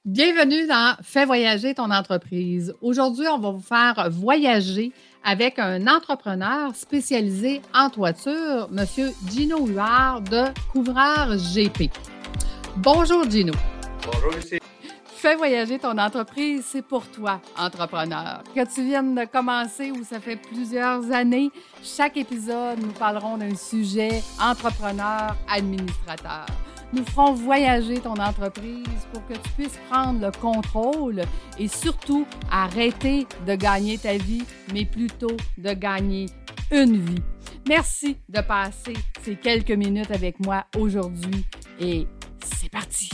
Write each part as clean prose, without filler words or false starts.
Bienvenue dans Fais voyager ton entreprise. Aujourd'hui, on va vous faire voyager avec un entrepreneur spécialisé en toiture, M. Gino Huard de Couvreur GP. Bonjour Gino. Bonjour Lucie. Fais voyager ton entreprise, c'est pour toi, entrepreneur. Que tu viennes de commencer ou ça fait plusieurs années, chaque épisode, nous parlerons d'un sujet entrepreneur, administrateur. Nous ferons voyager ton entreprise pour que tu puisses prendre le contrôle et surtout arrêter de gagner ta vie, mais plutôt de gagner une vie. Merci de passer ces quelques minutes avec moi aujourd'hui et c'est parti!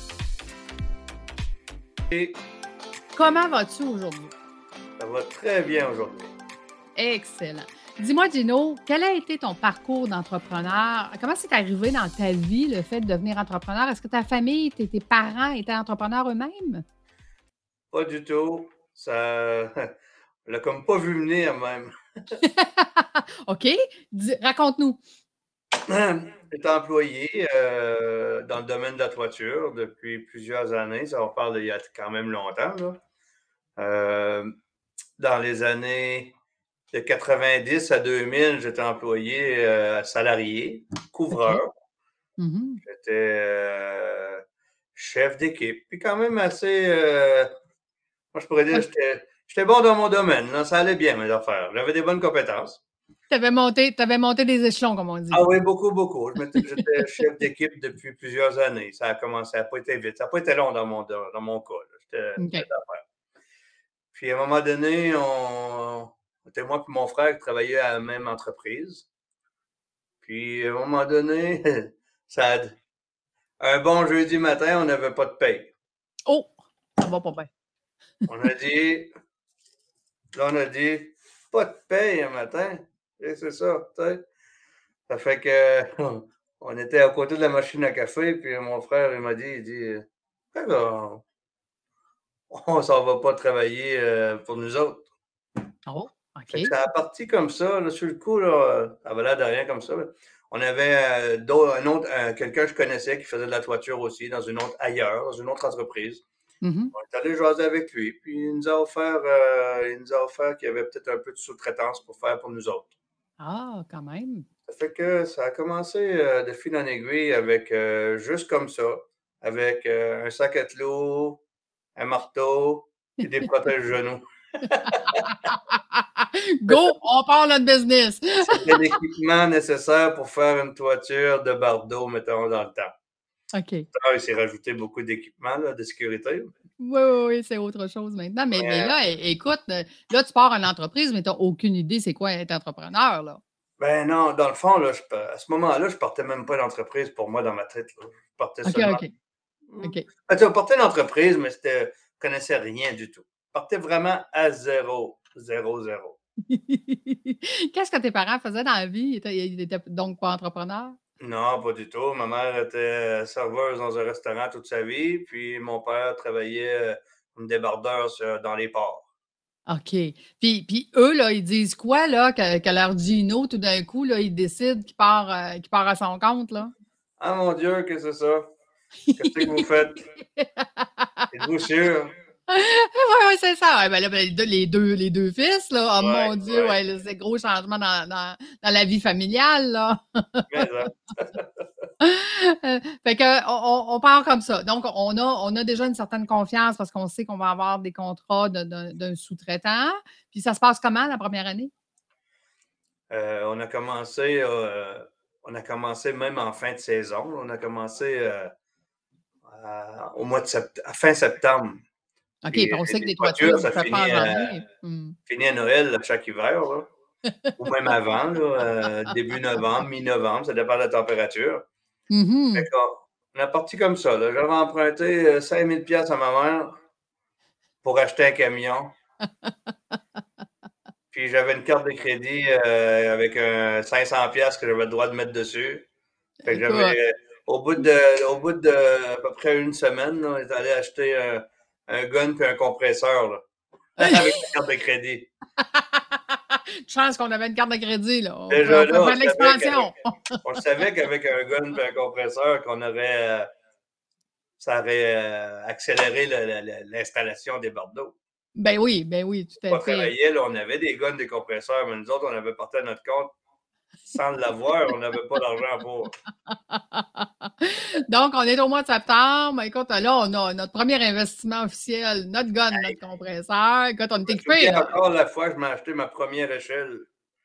Comment vas-tu aujourd'hui? Ça va très bien aujourd'hui. Excellent. Dis-moi, Gino, quel a été ton parcours d'entrepreneur? Comment c'est arrivé dans ta vie, le fait de devenir entrepreneur? Est-ce que ta famille, tes parents étaient entrepreneurs eux-mêmes? Pas du tout. Ça on l'a comme pas vu venir même. OK. Raconte-nous. J'étais employé dans le domaine de la toiture depuis plusieurs années. Ça, on parle d'il y a quand même longtemps, là. Dans les années de 90 à 2000, j'étais employé salarié, couvreur. OK. Mm-hmm. J'étais chef d'équipe. Puis quand même assez... moi, je pourrais dire que j'étais bon dans mon domaine. Là, ça allait bien, mes affaires. J'avais des bonnes compétences. T'avais monté des échelons, comme on dit. Ah oui, beaucoup, beaucoup. J'étais chef d'équipe depuis plusieurs années. Ça a commencé, ça n'a pas été vite. Ça n'a pas été long dans mon cas. J'étais d'affaires. Puis à un moment donné, c'était moi et mon frère qui travaillaient à la même entreprise. Puis à un moment donné, un bon jeudi matin, on n'avait pas de paye. Oh, ça va pas bien. On a dit, pas de paye un matin. Et c'est ça, tu sais. Ça fait que on était à côté de la machine à café, puis mon frère, il m'a dit, on s'en va pas travailler pour nous autres. Oh, OK. Fait que ça a parti comme ça, là, sur le coup, là, ça avait l'air de rien comme ça. Là. On avait quelqu'un que je connaissais qui faisait de la toiture aussi, dans une autre entreprise. Mm-hmm. On est allé jaser avec lui, puis il nous a offert qu'il y avait peut-être un peu de sous-traitance pour faire pour nous autres. Ah, quand même. Ça fait que ça a commencé de fil en aiguille avec juste comme ça, avec un sac à clous, un marteau et des protège-genoux. Go, on part notre business! C'était l'équipement nécessaire pour faire une toiture de bardeau, mettons, dans le temps. OK. Il s'est rajouté beaucoup d'équipements de sécurité. Oui, c'est autre chose maintenant. Mais là, écoute, là, tu pars une entreprise, mais tu n'as aucune idée c'est quoi être entrepreneur, là. Ben non, dans le fond, là, à ce moment-là, je partais même pas d'entreprise pour moi dans ma tête. Là. Je partais seulement. OK. Ben, tu partais d'entreprise, mais je connaissais rien du tout. Je partais vraiment à zéro. Qu'est-ce que tes parents faisaient dans la vie? Ils étaient donc pas entrepreneurs? Non, pas du tout. Ma mère était serveuse dans un restaurant toute sa vie, puis mon père travaillait comme débardeur dans les ports. OK. Puis eux, là, ils disent quoi, là, que leur Gino, tout d'un coup, là, il décide qu'il part à son compte, là? Ah mon Dieu, qu'est-ce que c'est ça? Qu'est-ce que vous faites? Êtes-vous sûr? Oui, c'est ça. Ouais, ben là, les deux fils, là, oh Ouais, mon Dieu, ouais, là, c'est gros changement dans la vie familiale, là. Mais, Fait que on part comme ça. Donc, on a déjà une certaine confiance parce qu'on sait qu'on va avoir des contrats d'un sous-traitant. Puis ça se passe comment la première année? on a commencé même en fin de saison. On a commencé au mois de fin septembre. OK, puis on sait que des toitures, ça finit à Noël chaque hiver, là. Ou même avant, là, début novembre, mi-novembre, ça dépend de la température. Mm-hmm. Fait on a parti comme ça. Là. J'avais emprunté 5 000 $ à ma mère pour acheter un camion. Puis j'avais une carte de crédit avec 500 $ que j'avais le droit de mettre dessus. Fait que j'avais, au bout de à peu près une semaine, là, on est allé acheter un gun puis un compresseur là, avec la carte de crédit. Chance qu'on avait une carte de crédit, là. On Déjà là, faire de l'expansion. On savait qu'avec un gun et un compresseur, qu'on aurait ça aurait accéléré l'installation des bardeaux. Ben oui, tout à On fait. travaillait, là, on avait des guns, des compresseurs, mais nous autres, on avait porté à notre compte sans l'avoir, on n'avait pas d'argent pour. Donc, on est au mois de septembre. Écoute, là, on a notre premier investissement officiel, notre gun, notre compresseur. Écoute, on est Je me équipés, souviens là. encore la fois que je m'ai acheté ma première échelle.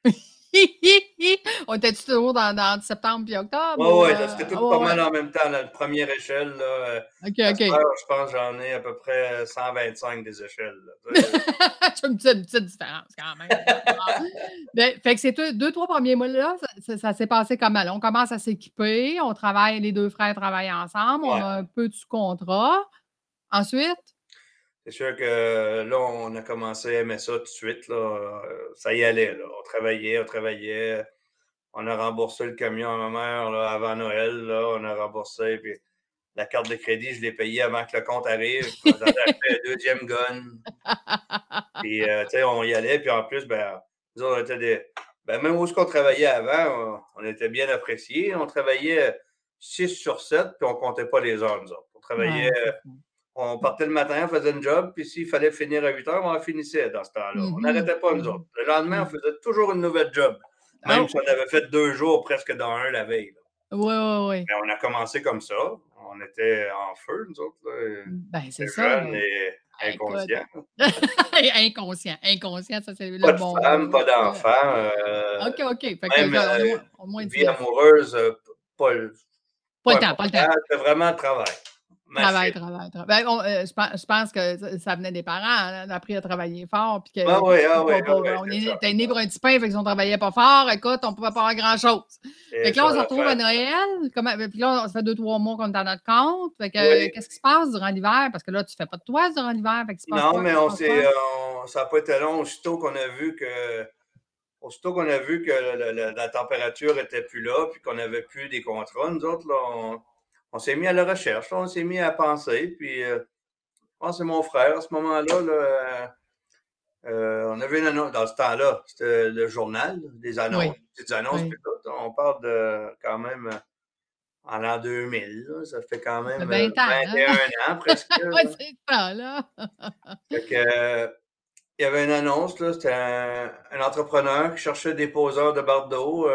On était-tu toujours dans septembre puis octobre? Oui, c'était tout pas Ouais, mal ouais. en même temps. La première échelle, là, OK, à cette OK. heure, je pense que j'en ai à peu près 125 des échelles. C'est une petite différence quand même. Ben, fait que ces deux, trois premiers mois-là, ça s'est passé comment? Là, on commence à s'équiper, on travaille, les deux frères travaillent ensemble, on Ouais. a un peu du contrat. Ensuite? C'est sûr que là, on a commencé à aimer ça tout de suite. Là. Ça y allait. Là. On travaillait. On a remboursé le camion à ma mère là, avant Noël. Là. On a remboursé. Puis la carte de crédit, je l'ai payée avant que le compte arrive. On a acheté un deuxième gun. Puis, tu sais, on y allait. Puis en plus, ben, nous autres, on était ben, même où est-ce qu'on travaillait avant, on était bien appréciés. On travaillait 6 sur 7, puis on comptait pas les heures, nous autres. On travaillait, Ouais, c'est ça. on partait le matin, on faisait une job, puis s'il fallait finir à 8 heures, on en finissait dans ce temps-là. On Mhm, n'arrêtait pas, nous autres. mhm, Le lendemain, on mhm. faisait toujours une nouvelle job, même Oh, si on avait fait 2 jours presque dans un la veille. Là. oui, oui, oui. Mais on a commencé comme ça. On était en feu, nous autres. Là. Ben, c'est C'était ça, jeunes là. et Écoute. inconscients. Inconscient, ça, c'est Pas le de bon femme, mot. pas d'enfant. OK, OK. Fait que Même là, on est au moins vie 10. amoureuse, pas, Pas le pas temps, pas le temps. important. C'était vraiment travail. Travail, Machine. travail, travail. Ben, je pense que ça venait des parents. Hein, on a appris à travailler fort. Puis Ah que, oui, ah oui, ah oui, on c'est ça. était nés pour un petit pain, fait que si on travaillait pas fort, écoute, on pouvait pas faire grand-chose. Fait C'est que là, ça on se retrouve à l'affaire. Noël. Puis là, ça fait 2, 3 mois qu'on est à notre compte. Fait que, Oui. qu'est-ce qui se passe durant l'hiver? Parce que là, tu fais pas de toit durant l'hiver. Fait que, se passe Non, quoi? mais Il se passe quoi? ça n'a pas été long. Aussitôt qu'on a vu que la température était plus là, puis qu'on n'avait plus des contrats, nous autres, là, on s'est mis à la recherche. Là, on s'est mis à penser. Puis, je pense que c'est mon frère à ce moment-là. Là, on avait une annonce dans ce temps-là, c'était le journal, des annonces, Oui, petites annonces, oui. puis tout. On parle de quand même en l'an 2000, là, ça fait quand Ça fait même 20 ans, hein? 21 ans presque. Oui, Là. c'est ça, là. Fait que, il y avait une annonce, là, c'était un entrepreneur qui cherchait des poseurs de barres d'eau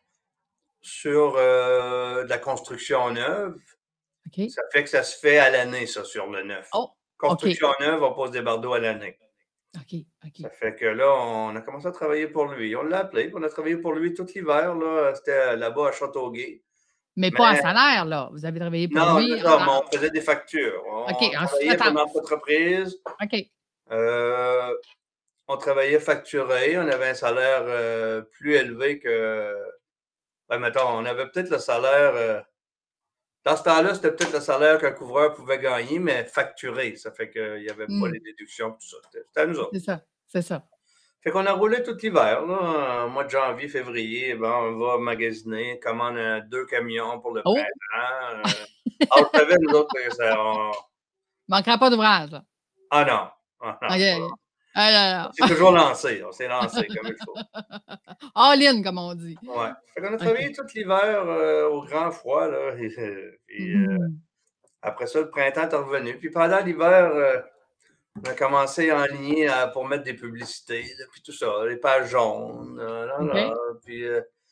sur de la construction neuve. OK. Ça fait que ça se fait à l'année, ça, sur le neuf. Oh, OK. Construction neuve, on pose des barres d'eau à l'année. OK, Ça OK. fait que là, on a commencé à travailler pour lui. On l'a appelé, puis on a travaillé pour lui tout l'hiver. Là. C'était là-bas à Châteauguay. Mais Mais pas à salaire, là. Vous avez travaillé pour non, c'est lui ça, mais on faisait des factures. OK, On en travaillait pour sous-traitance. notre entreprise. OK. Euh, on travaillait facturé. On avait un salaire plus élevé que. Ben, mettons, on avait peut-être le salaire. Dans ce temps-là, c'était peut-être le salaire qu'un couvreur pouvait gagner, mais facturé. Ça fait qu'il n'y avait pas Mmh. les déductions, tout ça. C'était à nous autres. C'est ça, c'est ça. Fait qu'on a roulé tout l'hiver, là, mois de janvier, février, bon, on va magasiner, commande 2 camions pour le Oh! printemps. On savait, nous autres, que Manquera pas d'ouvrage, là. ah non, ah non, OK, OK. Ah on là s'est là. toujours lancé, on s'est lancé comme il faut. All in, comme on dit. Ouais. Fait qu'on a OK. travaillé tout l'hiver au grand froid, là, puis Mmh. après ça, le printemps est revenu. Puis pendant l'hiver, on a commencé à enligner pour mettre des publicités, là, puis tout ça, les pages jaunes, OK. puis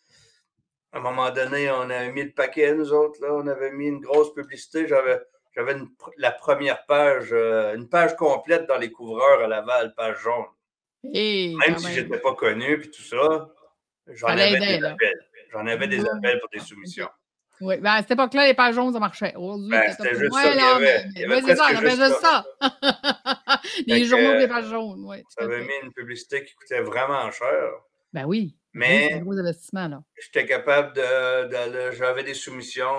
à un moment donné, on avait mis le paquet, nous autres, là, on avait mis une grosse publicité. J'avais la première page, une page complète dans les couvreurs à Laval, page jaune. Hé, Même quand si même. j'étais pas connu, puis tout ça, j'en Ça avais des l'aidait, là. appels. J'en avais des Mmh. appels pour des OK. soumissions. Oui, ben, à cette époque-là, les pages jaunes, ça marchait. Aujourd'hui, Ben, peut-être un c'était peu juste ça moins, qu'il y là, avait. mais Il y avait oui, c'est ça, presque on avait juste juste ça. ça. Fait Les que, journaux avec les pages jaunes, oui, tout à j'avais fait. mis une publicité qui coûtait vraiment cher, Ben oui, ben oui, c'est un mais gros investissement, là. j'étais capable j'avais des soumissions.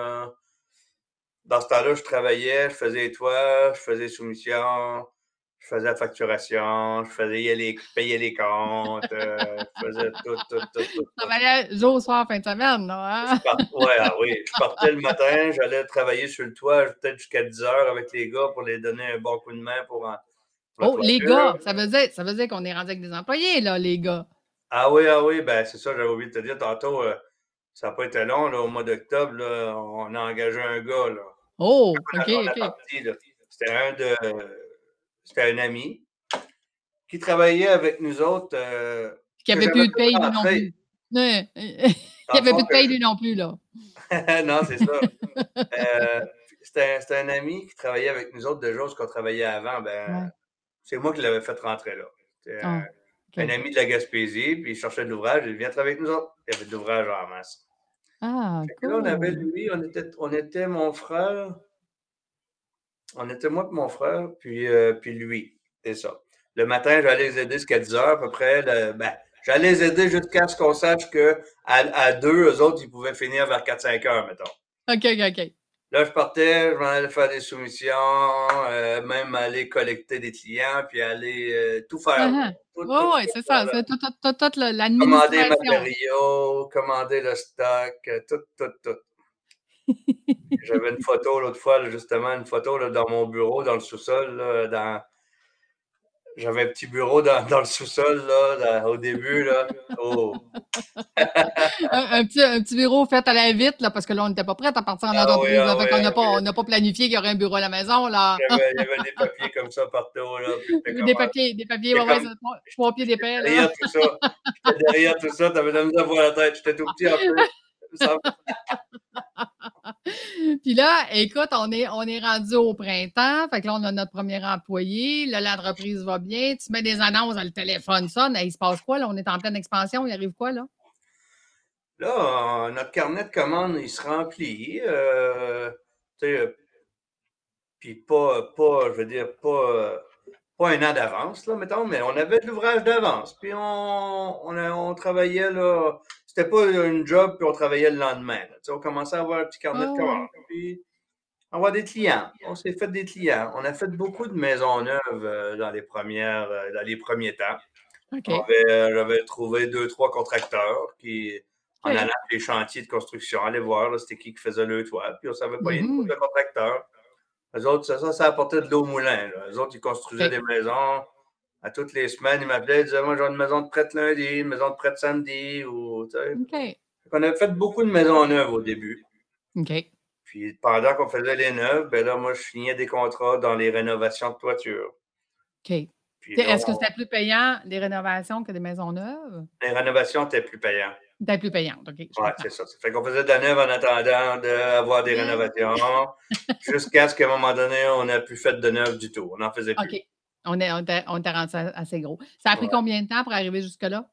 Dans ce temps-là, je travaillais, je faisais les toits, je faisais les soumissions, je faisais la facturation, payer les comptes, je faisais Tu tout. travaillais jour, soir, fin de semaine, là, hein? Ouais, ah oui, je partais le matin, j'allais travailler sur le toit, peut-être jusqu'à 10 heures avec les gars pour les donner un bon coup de main pour la Oh, les toiture. gars, ça veut dire qu'on est rendu avec des employés, là, les gars. Ah oui, ben c'est ça, j'avais oublié de te dire tantôt, ça n'a pas été long, là, au mois d'octobre, là, on a engagé un gars, là. Oh, OK, On a OK. parti, là. C'était un ami qui travaillait avec nous autres, Qui que avait j'avais plus de fait paye lui non rentrer. plus. Ouais. Dans Qui le avait fond, plus de paye lui non plus, là. non, c'est ça. Euh, c'était un ami qui travaillait avec nous autres déjà, ce qu'on travaillait avant. Ben, Ouais. c'est moi qui l'avais fait rentrer là. C'était Ah, un OK. ami de la Gaspésie, puis il cherchait de l'ouvrage. Il vient travailler avec nous autres. Il y avait de l'ouvrage en masse. Ah, Fait que là, on avait cool. lui, on était mon frère, on était moi et mon frère, puis lui. C'est ça. Le matin, j'allais les aider jusqu'à 10 heures à peu près. Ben, j'allais les aider jusqu'à ce qu'on sache que à deux, eux autres, ils pouvaient finir vers 4-5 heures, mettons. OK, OK, OK. Là, je partais, je m'en allais faire des soumissions, même aller collecter des clients, puis aller tout faire. Uh-huh. Tout, Ouais, tout, ouais, tout c'est ça. faire. C'est toute Commander les l'administration. matériaux, commander le stock, tout, tout, tout. J'avais une photo l'autre fois, là, justement, une photo là, dans mon bureau, dans le sous-sol, là, j'avais un petit bureau dans le sous-sol, là, au début, là. Oh. Un petit bureau fait à la vite, là, parce que là, on n'était pas prêts à partir en Ah oui, entreprise. Là, ah fait oui, qu'on ah oui. n'a pas planifié qu'il y aurait un bureau à la maison, là. Il y avait des papiers comme ça partout, là, puis j'étais comme, Des papiers, ouais, j'étais ouais, comme, c'est 3 pieds d'épais, là. derrière tout ça. J'étais derrière tout ça, t'avais de la misère à voir la tête. J'étais tout petit un peu. Puis là, écoute, on est rendu au printemps. Fait que là, on a notre premier employé. Là, l'entreprise va bien. Tu mets des annonces, le téléphone sonne. Il se passe quoi, là? On est en pleine expansion. Il arrive quoi, là? Là, notre carnet de commandes, il se remplit. Tu sais, puis je veux dire, pas un an d'avance, là, mettons, mais on avait de l'ouvrage d'avance. Puis on travaillait, là. C'était pas une job, puis on travaillait le lendemain. Là. Tu sais, on commençait à avoir un petit carnet de Ah commandes. ouais. Puis avoir des clients. On s'est fait des clients. On a fait beaucoup de maisons neuves dans les premiers temps. OK. J'avais trouvé deux, trois contracteurs qui, en allant OK. à des chantiers de construction, allaient voir là, c'était qui faisait le toit. Puis on savait pas, il y a une couple Mhm. de contracteurs. Eux autres, ça apportait de l'eau au moulin. Là. Eux autres, ils construisaient OK. des maisons. À toutes les semaines, ils m'appelaient, ils disaient, moi, j'ai une maison de prête lundi, une maison de prête samedi. Ou, tu sais. OK. On avait fait beaucoup de maisons neuves au début. OK. Puis pendant qu'on faisait les neuves, ben là, moi, je signais des contrats dans les rénovations de toiture. OK. Puis là, Est-ce que c'était plus payant des rénovations que des maisons neuves? les rénovations étaient plus payantes. C'était plus payant. OK, je Ouais, comprends. c'est ça. Ça fait qu'on faisait de la neuve en attendant d'avoir des rénovations, jusqu'à ce qu'à un moment donné, on n'a plus fait de neuve du tout. On n'en faisait plus. OK. On était rendu assez gros. Ça a pris Ouais. combien de temps pour arriver jusque-là?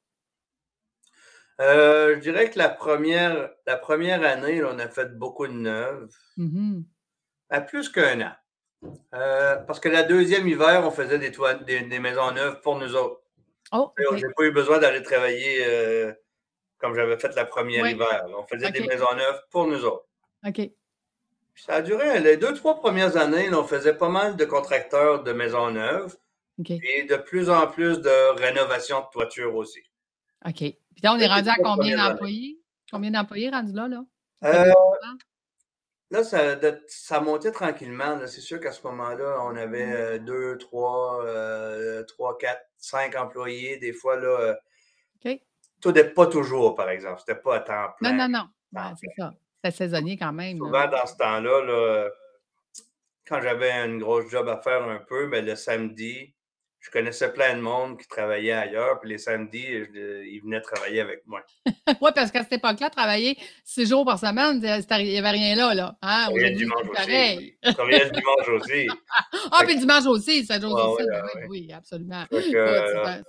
Je dirais que la première année, là, on a fait beaucoup de neuves, Mhm. à plus qu'un an. Parce que la deuxième hiver, on faisait des maisons neuves pour nous autres. Oh, OK. J'ai pas eu besoin d'aller travailler comme j'avais fait la première Ouais. hiver. Là. On faisait des OK. maisons neuves pour nous autres. OK. Puis ça a duré les 2, 3 premières années, là, on faisait pas mal de contracteurs de maisons neuves, OK. puis de plus en plus de rénovation de toiture aussi. OK. Puis là, on est C'est les rendu à 3 premières années. Combien d'employés rendus là, là? Ça fait Euh, combien de temps? Là, ça montait tranquillement. Là. C'est sûr qu'à ce moment-là, on avait 2, 3, 4, 5 employés. Des fois, là, OK. tout n'est pas toujours, par exemple. C'était pas à temps Non, plein. non, non. Temps Ouais, c'est plein. ça. C'était saisonnier quand même, là. Souvent, dans ce temps-là, là, quand j'avais une grosse job à faire un peu, ben, le samedi, je connaissais plein de monde qui travaillait ailleurs. Puis les samedis, ils venaient travailler avec moi. Oui, parce qu'à cette époque-là, travailler 6 jours par semaine, il n'y avait rien là, là. Hein? Je travaillais le Aujourd'hui, c'est dimanche plus aussi. pareil. Je travaillais le dimanche aussi. Ah, Fait puis que, le dimanche aussi, 7 jours ouais, sur ouais, 7, ben ouais, oui, ouais. oui, absolument. Fait que, Écoute,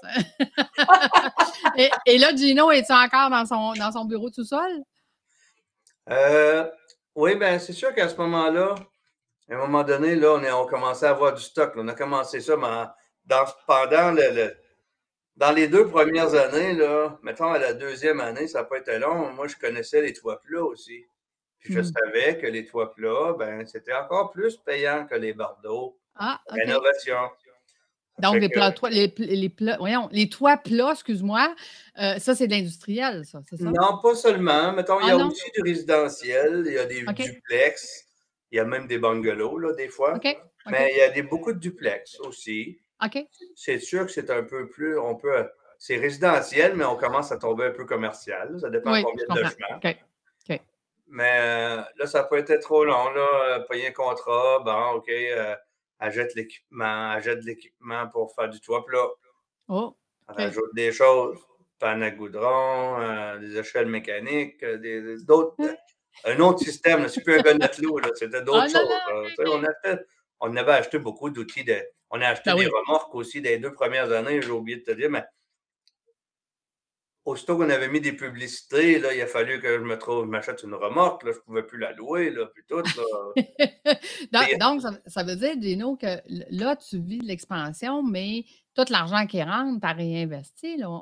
et là, Gino, es-tu encore dans son bureau tout seul? euh, oui, ben c'est sûr qu'à ce moment-là, à un moment donné, là, on commençait à avoir du stock. Là. On a commencé ça pendant dans les 2 premières années, là, mettons à la deuxième année, ça n'a pas été long. Moi, je connaissais les toits plats aussi. Puis je Hmm. savais que les toits plats, ben, c'était encore plus payant que les bardeaux. Ah, OK. Rénovation. Ça Donc, fait que les toits plats, excuse-moi, ça, c'est de l'industriel, ça, c'est ça? non, pas seulement. Mettons, il y Ah a non? aussi du résidentiel, il y a des OK. duplex, il y a même des bungalows, là, des fois. OK. Mais OK. il y a beaucoup de duplex aussi. OK. C'est sûr que c'est un peu plus, c'est résidentiel, mais on commence à tomber un peu commercial. Ça dépend Oui, combien je de comprends. logements. OK. OK. Mais là, ça n'a pas été trop long. Là, payer un contrat, bon, OK, achète de l'équipement pour faire du toit plat. Oh, On OK. ajoute des choses, panne à goudron, des échelles mécaniques, d'autres, un autre système. Là, c'est plus un gars de matelot, là, c'était Ah d'autres non, choses. non, Là. OK, Tu sais, OK. On avait acheté beaucoup d'outils. On a acheté Ben des oui. remorques aussi des 2 premières années, j'ai oublié de te dire, mais aussitôt qu'on avait mis des publicités, là, il a fallu que je m'achète une remorque. Là, je ne pouvais plus la louer, là, puis tout. Là. Donc, ça veut dire, Gino, que là, tu vis de l'expansion, mais tout l'argent qui rentre, tu as réinvesti. Là.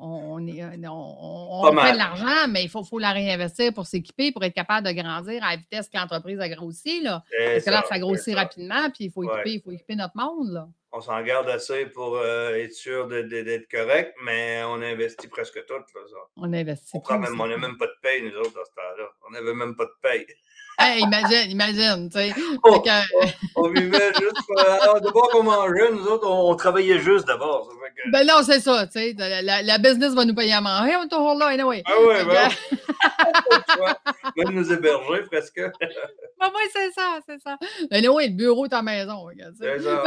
Pas On fait de mal. l'argent, mais il faut la réinvestir pour s'équiper, pour être capable de grandir à la vitesse que l'entreprise a grossi. Là. C'est Parce que ça, là, ça c'est grossit ça. rapidement, puis Ouais. il faut équiper notre monde. Là. On s'en garde assez pour être sûr d'être correct, mais on investit presque tout. Là, ça. On investit tout, c'est On n'a ça. même pas de paye, nous autres, à ce temps-là. On n'avait même pas de paye. Hey, imagine, tu sais. Fait Oh, que, on vivait juste. Alors, d'abord qu'on mangeait, nous autres, on travaillait juste d'abord. Ça fait que... ben non, c'est ça, tu sais. La business va nous payer à manger, on est toujours là, anyway. Ah ouais, Fait ben, que, pas le choix. Même nous héberger presque. ben oui, c'est ça, c'est ça. Anyway, le bureau est à la maison, regarde, tu sais. C'est ça.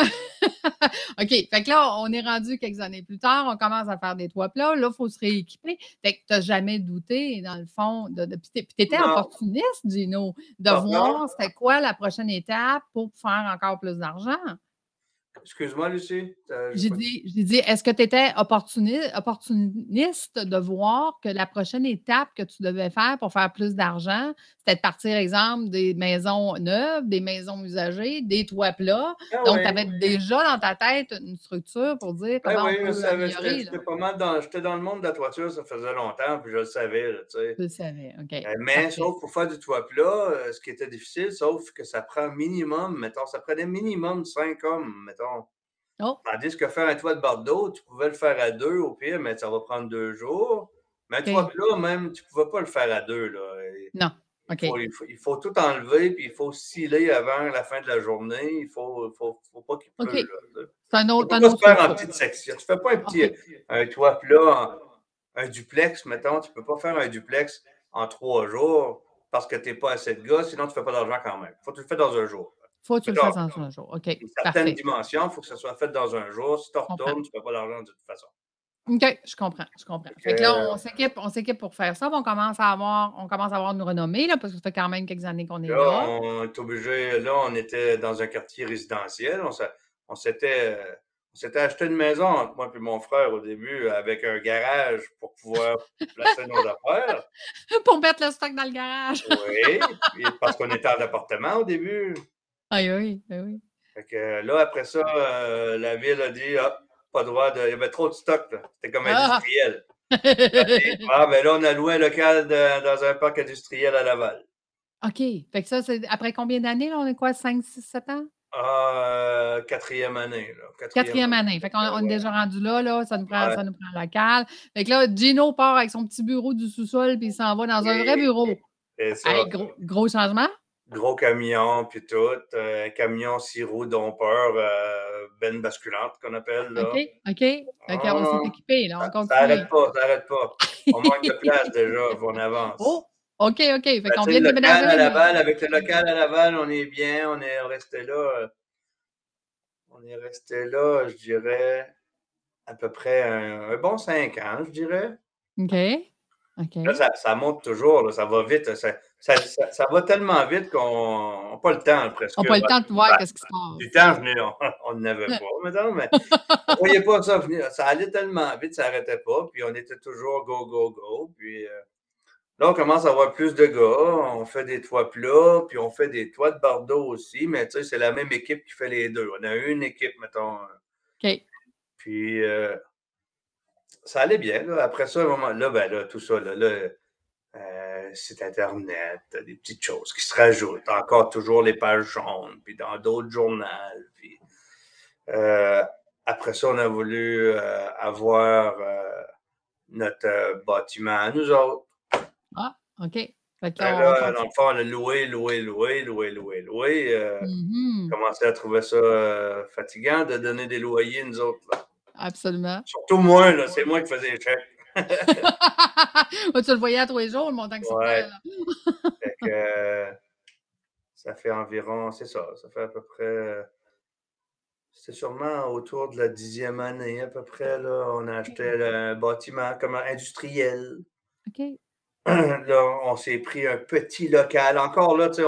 OK. Fait que là, on est rendu quelques années plus tard, on commence à faire des toits plats. Là, il faut se rééquiper. Fait que tu n'as jamais douté, dans le fond, puis tu étais Non, opportuniste, Gino, de pardon. voir c'était quoi la prochaine étape pour faire encore plus d'argent. Excuse-moi, Lucie. J'ai dit, est-ce que tu étais opportuniste de voir que la prochaine étape que tu devais faire pour faire plus d'argent, c'était de partir, exemple, des maisons neuves, des maisons usagées, des toits plats. Ah Donc, tu oui. avais déjà dans ta tête une structure pour dire Ben comment on oui, je peut savais. améliorer. Là. J'étais pas mal dans. J'étais dans le monde de la toiture, ça faisait longtemps, puis je le savais, là, tu sais. Tu le savais. OK, Mais parfait. sauf pour faire du toit plat, ce qui était difficile, sauf que ça prend minimum, mettons, ça prenait minimum 5 hommes, mettons. Oh, Tandis que faire un toit de bardeau, tu pouvais le faire à 2 au pire, mais ça va prendre 2 jours. Mais un toit OK. plat, même, tu ne pouvais pas le faire à 2, là. Non. OK. Il faut tout enlever, puis il faut sciller avant la fin de la journée. Faut pas qu'il OK. pleuve, là. C'est Ça ne peut un pas se autre faire en structure. petites sections. Tu ne fais pas OK. un toit plat, un duplex, mettons. Tu ne peux pas faire un duplex en 3 jours parce que tu n'es pas assez de gars, sinon tu ne fais pas d'argent quand même. Il faut que tu le fasses dans un jour. Faut que tu le Mettons, fasses en un jour. OK. une certaine Parfait. dimension, il faut que ça soit fait dans un jour. Si tu Je comprends. retournes, tu ne fais pas d'argent de toute façon. OK, je comprends, je comprends. Fait que là, on s'équipe pour faire ça, puis on commence à avoir une renommée, là, parce que ça fait quand même quelques années qu'on est Là, là. on est obligé. Là, on était dans un quartier résidentiel. On s'était acheté une maison entre moi et mon frère au début avec un garage pour pouvoir placer nos affaires. Pour mettre le stock dans le garage. Oui, parce qu'on était en appartement au début. Ah oui, ben oui. Fait que là, après ça, la ville a dit ah, pas droit de. Il y avait trop de stock, là. C'était comme Ah! industriel. Ah, ben là, on a loué un local dans un parc industriel à Laval. OK. Fait que ça, c'est après combien d'années, là? On est quoi, 5, 6, 7 ans? Ah, quatrième année, là. Quatrième année. Fait qu'on on est déjà rendu là, ça nous prend Ouais, un local. Fait que là, Gino part avec son petit bureau du sous-sol, puis il s'en va dans un vrai oui, bureau. c'est ça. Hey, gros changement? Gros camion, puis tout. Un camion 6 roues dompeur, benne basculante qu'on appelle, OK, là. OK. Fait qu'on s'est Ah, équipé, là, on ça continue. arrête pas, ça arrête pas. On manque de place déjà, puis on avance. Oh! OK, OK. Fait Ben, qu'on tu sais, vient de le local à déménager, mais Laval, avec le local à Laval, on est bien, on est resté là. On est resté là, je dirais, à peu près un bon 5 ans, je dirais. OK. Là, OK. ça monte toujours, là, ça va vite. Ça va tellement vite qu'on n'a pas le temps, presque. On n'a pas le Ben, temps de voir ben, qu'est-ce qui se du passe. temps, on n'avait pas, mettons, mais on ne voyait pas ça venir. Ça allait tellement vite, ça n'arrêtait pas, puis on était toujours go, go, go. Puis là, on commence à avoir plus de gars, on fait des toits plats, puis on fait des toits de bardeaux aussi, mais tu sais, c'est la même équipe qui fait les deux. On a une équipe, mettons. OK. Puis ça allait bien. Là. Après ça, à un moment là, ben là, tout ça, site Internet, des petites choses qui se rajoutent. Encore toujours les pages jaunes, puis dans d'autres journaux. Puis, après ça, on a voulu avoir notre bâtiment à nous autres. Ah, OK. Fait que Ben là, on là, dans continue. le fond, on a loué. Mhm. Commencé à trouver ça fatigant de donner des loyers, nous autres. Là. Absolument. Surtout moi, là, c'est moi qui faisais les chèques. Tu le voyais à tous les jours, le montant que ça Ouais. coûtait, là. Fait que ça fait environ, c'est ça, ça fait à peu près, c'était sûrement autour de la 10e année à peu près, là, on a acheté un bâtiment comme industriel. OK. Là, on s'est pris un petit local. Encore là, tu sais,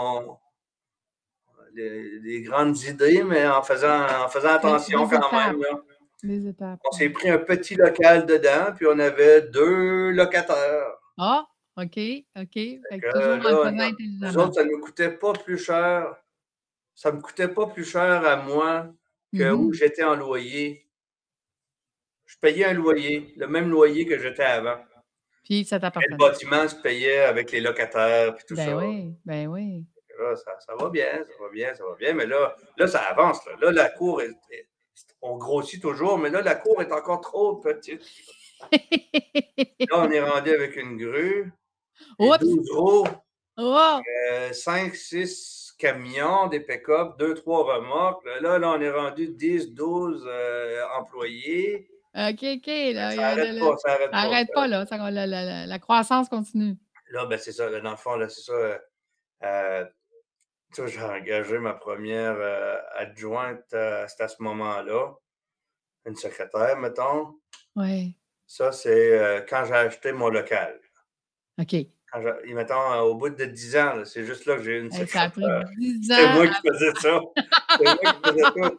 des grandes idées, mais en faisant attention Des quand étapes, même, là. des étapes, On s'est ouais. pris un petit local dedans, puis on avait 2 locataires. Ah! OK, OK. Fait Fait que que toujours en le là, faisant nous intelligemment. autres, ça nous coûtait pas plus cher. Ça me coûtait pas plus cher à moi que où Mhm. j'étais en loyer. Je payais un loyer, le même loyer que j'étais avant. Puis ça Et le t'appartenait. bâtiment se payait avec les locataires puis tout ça. Ben oui, ben oui. Là, ça va bien, ça va bien, ça va bien, mais là ça avance, là. Là, la cour on grossit toujours, mais là, la cour est encore trop petite. Là, on est rendu avec une grue et Oups! 12 roues, Oh! 5, 6 camions, des pick-up, 2, 3 remorques. Là, on est rendu 10, 12 employés. OK, OK, là, Ça arrête pas, ça ça arrête pas. arrête pas, là. La croissance continue. Là, ben, c'est ça, là, dans le fond, là, c'est ça. Tu vois, j'ai engagé ma première adjointe, c'était à ce moment-là, une secrétaire, mettons. Oui. Ça, c'est quand j'ai acheté mon local. OK. Et mettons, au bout de 10 ans, là, c'est juste là que j'ai eu une Hey, ça a pris secrétaire. 10 C'était ans moi qui faisais ça. C'est moi qui faisais tout.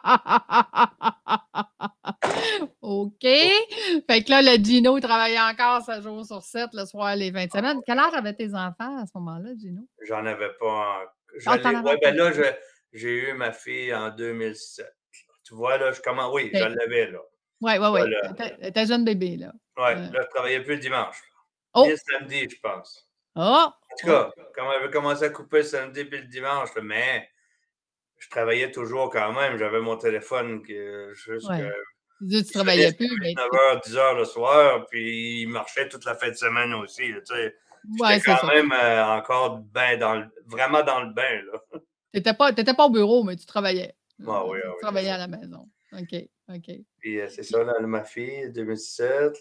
OK. Fait que là, le Gino, il travaillait encore 7 jours sur 7, le soir, les 20 semaines. Quel âge avaient tes enfants à ce moment-là, Gino? J'en avais pas Ah, t'en avais ouais, pas. ben là, j'ai eu ma fille en 2007. Tu vois, là, oui, je OK. l'avais, là. Ouais, ouais, Là, ouais. T'étais jeune bébé, là. ouais, Ouais. là, je travaillais plus le dimanche, ni le Oh! samedi, je pense. Oh! En tout Oh! cas, quand on avait commencé à couper le samedi puis le dimanche, là, mais je travaillais toujours quand même. J'avais mon téléphone jusqu'à Ouais. Tu dis, tu il sonnait travaillais jusqu'à plus, mais 9h, 10h le soir, puis il marchait toute la fin de semaine aussi, là, tu sais. ouais, J'étais c'est quand ça. même encore ben vraiment dans le bain, là. T'étais pas au bureau, mais tu travaillais. Ah Tu oui, c'est travaillais ça. à la maison. OK, OK. Puis c'est ça, là, ma fille, 2007,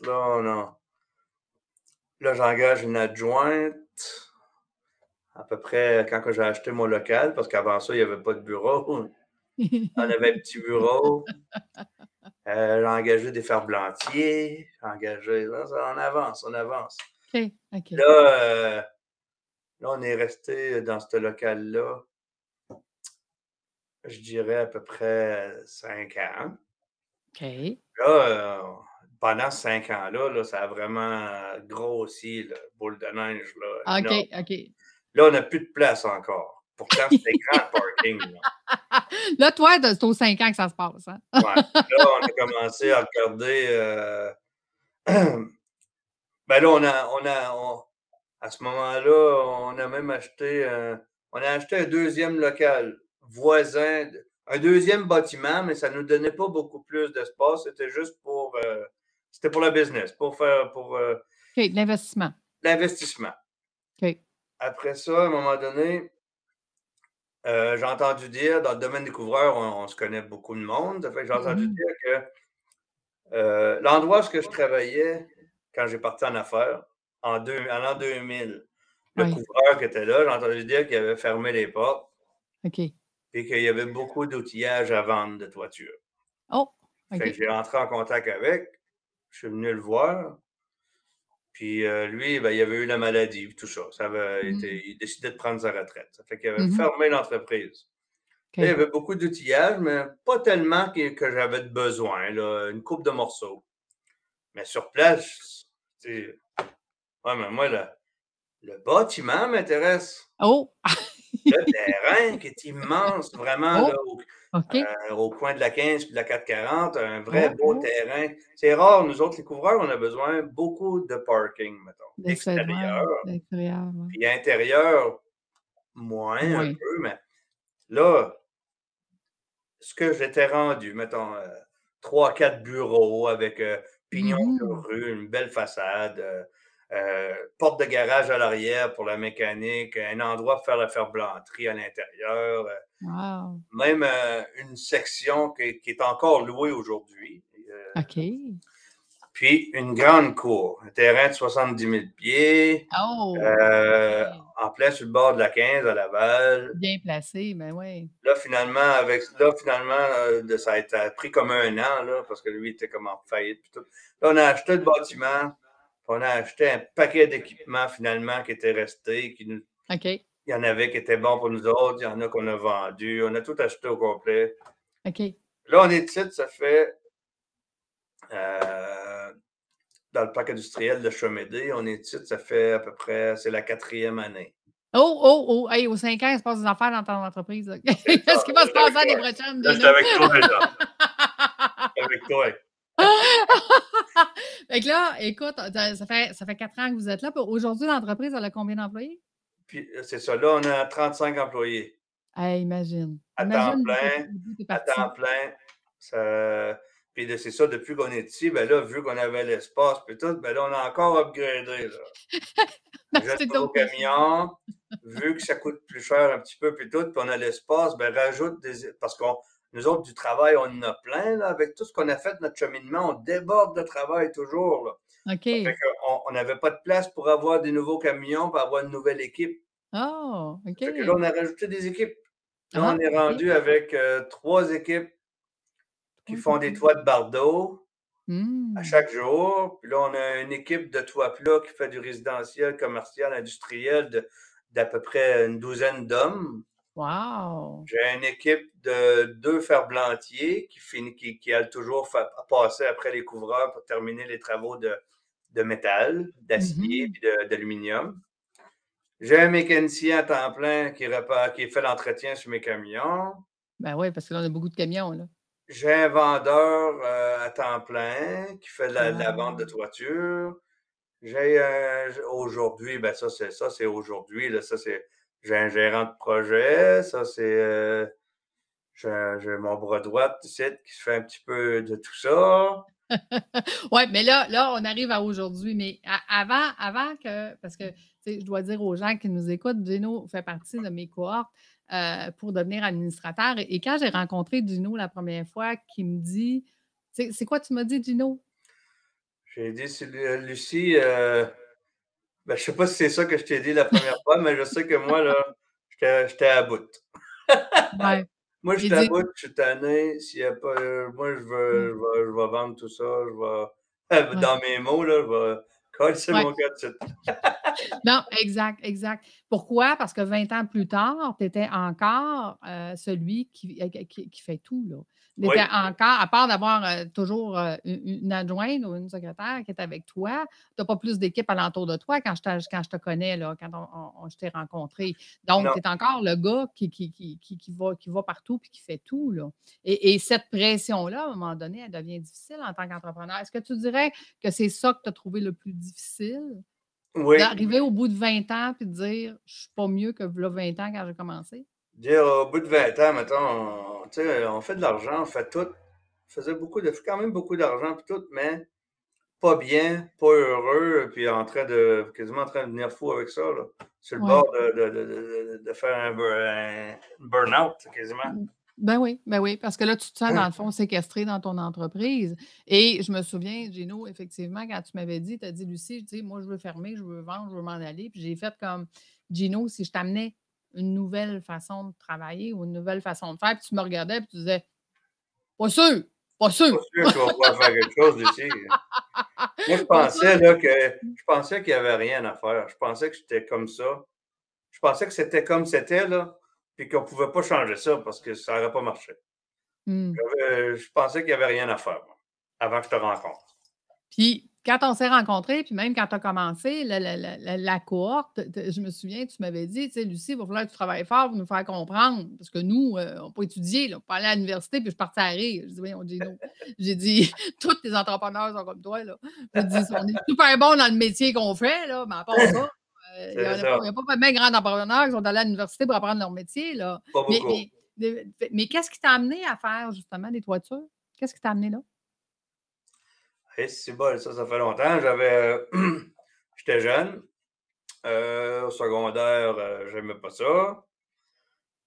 là, j'engage une adjointe à peu près quand que j'ai acheté mon local, parce qu'avant ça, il n'y avait pas de bureau. On avait un petit bureau. J'ai engagé des ferblantiers. J'ai engagé. Là, on avance, on avance. OK, OK. Là, on est resté dans ce local-là, je dirais à peu près 5 ans. OK. Là, pendant 5 ans-là, là, ça a vraiment grossi, là, boule de neige, là, énorme. OK, OK. Là, on n'a plus de place encore. Pourtant, c'était grand le parking, là. Là, toi, c'est aux 5 ans que ça se passe, hein? Ouais. Là, on a commencé à regarder. Ben là, à ce moment-là, on a acheté un deuxième local voisin, un deuxième bâtiment, mais ça ne nous donnait pas beaucoup plus d'espace. C'était juste c'était pour le business, pour OK, de l'investissement. l'investissement. OK. Après ça, à un moment donné, j'ai entendu dire, dans le domaine des couvreurs, on se connaît beaucoup de monde. Ça fait que j'ai entendu Mhm. dire que l'endroit où je travaillais quand j'ai parti en affaires, en l'an 2000, le Oui. couvreur qui était là, j'ai entendu dire qu'il avait fermé les portes OK. et qu'il y avait beaucoup d'outillage à vendre de toiture. Oh! Fait que OK. j'ai rentré en contact avec, je suis venu le voir, puis lui, ben, il avait eu la maladie, puis tout ça. Mhm. Il décidait de prendre sa retraite. Ça fait qu'il avait Mhm. fermé l'entreprise. Là, il y OK. avait beaucoup d'outillage, mais pas tellement que j'avais de besoin, là, une coupe de morceaux. Mais sur place, tu sais, ouais, mais moi, le bâtiment m'intéresse. Oh! Le terrain qui est immense, vraiment, là, Oh! OK. au coin de la 15 et de la 440, un vrai Oh! beau Oh! terrain. C'est rare, nous autres, les couvreurs, on a besoin beaucoup de parking, mettons, Ouais, extérieur. l'extérieur, ouais. Puis intérieur, moins un Moins. peu, mais là, ce que j'étais rendu, mettons, 3-4 bureaux avec pignon sur Mhm. rue, une belle façade, porte de garage à l'arrière pour la mécanique, un endroit pour faire la ferblanterie à l'intérieur, Wow! même une section qui est encore louée aujourd'hui. OK. Puis une grande cour, un terrain de 70 000 pieds, Oh! OK. en plein sur le bord de la 15 à Laval. Bien placé, ben oui. Là, finalement, ça a pris comme un an, là, parce que lui était comme en faillite. Puis tout. Là, on a acheté le bâtiment, puis on a acheté un paquet d'équipements finalement qui étaient restés, OK. il y en avait qui étaient bons pour nous autres, il y en a qu'on a vendus, on a tout acheté au complet. OK. Là, on est ici, ça fait euh, dans le parc industriel de Chomédé, on est ici, ça fait à peu près, c'est la 4e année. Oh, oh, oh! Hey, aux 5 ans, il se passe des affaires dans ton entreprise, là. C'est ça. Qu'est-ce qui va se Là, j'étais passer avec l'année toi. prochaine, Là, j'étais Gino? avec toi, là. Avec toi. Fait que là, écoute, ça fait 4 ans que vous êtes là. Puis aujourd'hui, l'entreprise, elle a combien d'employés? Puis c'est ça. Là, on a 35 employés Hey, imagine. à temps Imagine plein. d'où t'es À temps parti. plein. Puis c'est ça, depuis qu'on est ici, ben là, vu qu'on avait l'espace, puis tout, ben là, on a encore upgradé, là. On jette D'acheter de nouveaux d'autres machines. camions, vu que ça coûte plus cher un petit peu, puis tout, puis on a l'espace, ben rajoute des. Parce qu'on nous autres, du travail, on en a plein, là. Avec tout ce qu'on a fait, notre cheminement, on déborde de travail toujours, là. Ça fait OK. qu'on n'avait pas de place pour avoir des nouveaux camions, pour avoir une nouvelle équipe. Oh, Ça fait que là, OK. on a rajouté des équipes. Là, on Ah, est OK. rendu avec 3 équipes qui 3 font des équipes. toits de bardeaux à Mmh. chaque jour. Puis là, on a une équipe de toits plats qui fait du résidentiel, commercial, industriel d'à peu près une douzaine d'hommes. Wow! J'ai une équipe de 2 ferblantiers qui a toujours passé après les couvreurs pour terminer les travaux de métal, d'acier Mhm. et d'aluminium. J'ai un mécanicien à temps plein qui fait l'entretien sur mes camions. Ben oui, parce que là, on a beaucoup de camions, là. J'ai un vendeur à temps plein qui fait la vente de Wow! toiture. Aujourd'hui, ben ça c'est aujourd'hui, là, j'ai un gérant de projet, j'ai mon bras droit ici qui se fait un petit peu de tout ça. Ouais, mais là, on arrive à aujourd'hui. Mais avant que, parce que, tu sais, je dois dire aux gens qui nous écoutent, Gino fait partie de mes cohortes pour devenir administrateur. Et quand j'ai rencontré Gino la première fois, qui me dit, c'est quoi tu m'as dit, Gino? J'ai dit, Lucie, ben, je sais pas si c'est ça que je t'ai dit la première fois, mais je sais que moi, là, j'étais à bout. Ouais. Moi, J'ai j'étais à dit, bout, je suis tanné. S'il y a pas, moi, ouais, je vais vendre tout ça. ouais, Dans mes mots, là, je vais coller ouais. mon gars de Non, exact, exact. Pourquoi? Parce que 20 ans plus tard, tu étais encore, celui qui fait tout, là. Tu étais Oui, encore à part d'avoir, toujours, une adjointe ou une secrétaire qui est avec toi, tu as pas plus d'équipe alentour de toi quand je te connais, là, quand je t'ai rencontré. Donc, non. tu es encore le gars qui va partout puis qui fait tout, là. Et cette pression-là, à un moment donné, elle devient difficile en tant qu'entrepreneur. Est-ce que tu dirais que c'est ça que tu as trouvé le plus difficile? Oui. D'arriver au bout de 20 ans puis de dire: «Je suis pas mieux que v'là 20 ans quand j'ai commencé». Dire au bout de 20 ans, mettons, tu sais, on fait de l'argent, on fait tout. On faisait quand même beaucoup d'argent puis tout, mais pas bien, pas heureux, puis quasiment en train de devenir fou avec ça, là. Sur le Ouais. bord de faire un burn-out, quasiment. Mmh. Ben oui, parce que là, tu te sens, dans le fond, séquestré dans ton entreprise. Et je me souviens, Gino, effectivement, quand tu m'avais dit, tu as dit: «Lucie, tu sais, moi, je veux fermer, je veux vendre, je veux m'en aller». Puis j'ai fait comme: «Gino, si je t'amenais une nouvelle façon de travailler ou une nouvelle façon de faire», puis tu me regardais, puis tu disais: «Pas sûr, pas Pas sûr, sûr qu'il va pouvoir faire quelque chose d'ici. Moi, pas sûr». je pensais qu'il y avait rien à faire. Je pensais que j'étais comme ça. Je pensais que c'était comme c'était, là, puis qu'on pouvait pas changer ça parce que ça aurait pas marché. Mmh. Je pensais qu'il y avait rien à faire, moi, avant que je te rencontre. Puis quand on s'est rencontrés, puis même quand tu as commencé la cohorte, je me souviens, tu m'avais dit, tu sais: «Lucie, il va falloir que tu travailles fort pour nous faire comprendre, parce que nous, on n'a pas étudié, là, on pas aller à l'université», puis je partais à rire. Je dis: «Voyons, Gino», j'ai dit: «Tous tes entrepreneurs sont comme toi, là». J'ai dit: «On est super bons dans le métier qu'on fait, là, mais à part ça, il y C'est en a pas ça, il y a pas bien grands entrepreneurs qui sont allés à l'université pour apprendre leur métier, là». pas Mais beaucoup. mais mais qu'est-ce qui t'a amené à faire justement des toitures? Qu'est-ce qui t'a amené là? Et c'est bon, ça fait longtemps. J'étais jeune, au secondaire, j'aimais pas ça.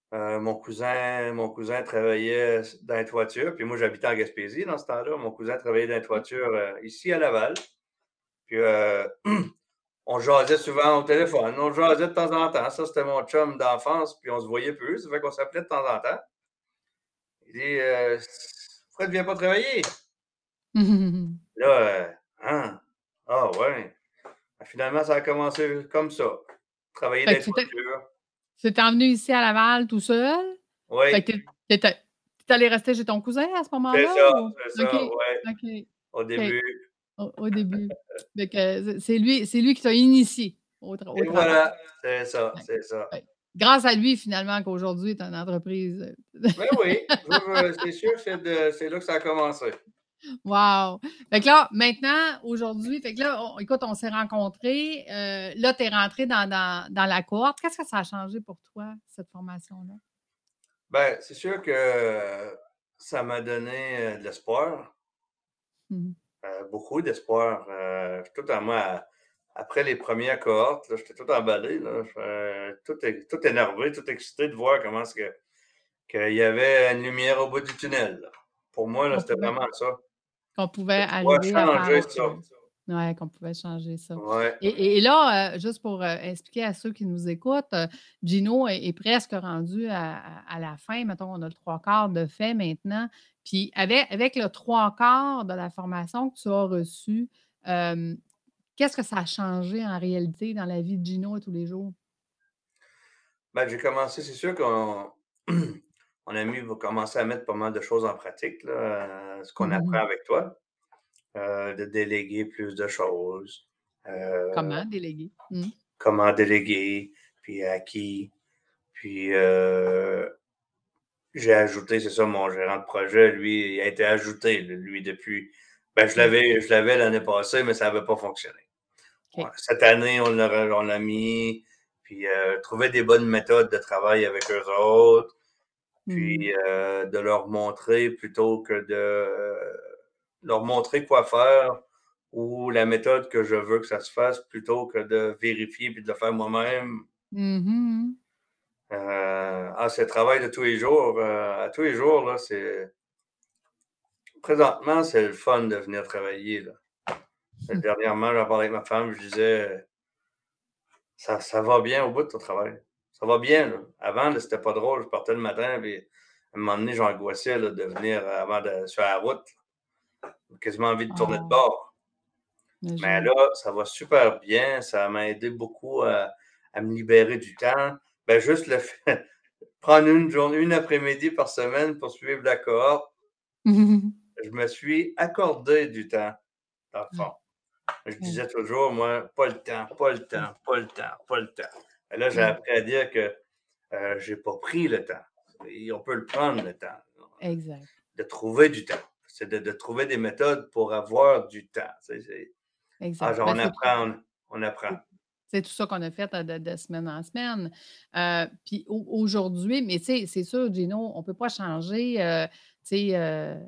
Mon cousin travaillait dans les toitures, puis moi, j'habitais en Gaspésie dans ce temps-là. Mon cousin travaillait dans les toitures ici à Laval. Puis on jasait souvent au téléphone, on jasait de temps en temps. Ça, c'était mon chum d'enfance, puis on se voyait plus. Ça fait qu'on s'appelait de temps en temps. Il dit Pourquoi tu viens pas travailler? Là, hein? Ah ouais. Finalement, ça a commencé comme ça. Travailler dans Fait que les toitures. tu étais venu ici à Laval tout seul? Fait Oui, que t'étais allé rester chez ton cousin à ce c'est moment-là ça, ou? c'est OK, ça, ouais. OK, Au OK. début. Au début. Fait que c'est lui qui t'a initié au Et travail. voilà, c'est ça, Ouais, c'est ça. ouais. Grâce à lui, finalement, qu'aujourd'hui, tu as une entreprise. Ben oui, c'est sûr que c'est là que ça a commencé. Wow! Fait que là, maintenant, aujourd'hui, fait que là, écoute, on s'est rencontrés. Là, tu es rentré dans la cohorte. Qu'est-ce que ça a changé pour toi, cette formation-là? Ben, c'est sûr que ça m'a donné de l'espoir, Mhm. beaucoup d'espoir. Tout à moi, après les premières cohortes, là, j'étais tout emballé, là, tout énervé, tout excité de voir comment est-ce qu'il y avait une lumière au bout du tunnel, là. Pour moi, là, Qu'on c'était pouvait, vraiment ça. qu'on pouvait De pouvoir arriver à faire changer autre ça. chose. Oui, qu'on pouvait changer ça. Ouais. Et là, juste pour expliquer à ceux qui nous écoutent, Gino est presque rendu à la fin. Mettons, on a le trois quarts de fait maintenant. Puis avec le trois quarts de la formation que tu as reçue, euh, qu'est-ce que ça a changé en réalité dans la vie de Gino tous les jours? Ben, j'ai commencé, c'est sûr qu'on on va commencer à mettre pas mal de choses en pratique, là, ce qu'on apprend avec toi, de déléguer plus de choses, euh, Comment déléguer? comment déléguer, puis à qui. Puis j'ai ajouté, c'est ça, mon gérant de projet, lui, il a été ajouté, lui, depuis. Ben, je OK. l'avais, je l'avais l'année passée, mais ça n'avait pas fonctionné. Ouais, OK. cette année, on l'a mis, puis trouver des bonnes méthodes de travail avec eux autres. Hmm. Puis de leur montrer plutôt que de leur montrer quoi faire ou la méthode que je veux que ça se fasse plutôt que de vérifier puis de le faire moi-même. Mhm. C'est le travail de tous les jours. À tous les jours, là, présentement, c'est le fun de venir travailler, là. Dernièrement, j'en parlais avec ma femme, je disais, ça va bien au bout de ton travail. Ça va bien, là. Avant, là, c'était pas drôle. Je partais le matin, puis à un moment donné, j'angoissais là, de venir avant de sur la route. Quasiment envie de tourner de Ah, bord. Mais imagine. là, ça va super bien. Ça m'a aidé beaucoup à me libérer du temps. Ben, juste le fait, prendre une journée, une après-midi par semaine pour suivre la cohorte, je me suis accordé du temps, dans le fond. Ouais, Je ouais, disais toujours, moi, pas le temps, pas le temps, pas le temps, pas le temps. Et là, j'ai ouais. appris à dire que j'ai pas pris le temps. Et on peut le prendre, le temps. Exact. De trouver du temps. C'est de trouver des méthodes pour avoir du temps. Exact. Genre, Ben, on apprend, on apprend. c'est tout ça qu'on a fait de semaine en semaine. Puis aujourd'hui, mais tu sais, c'est sûr, Gino, on ne peut pas changer, tu sais,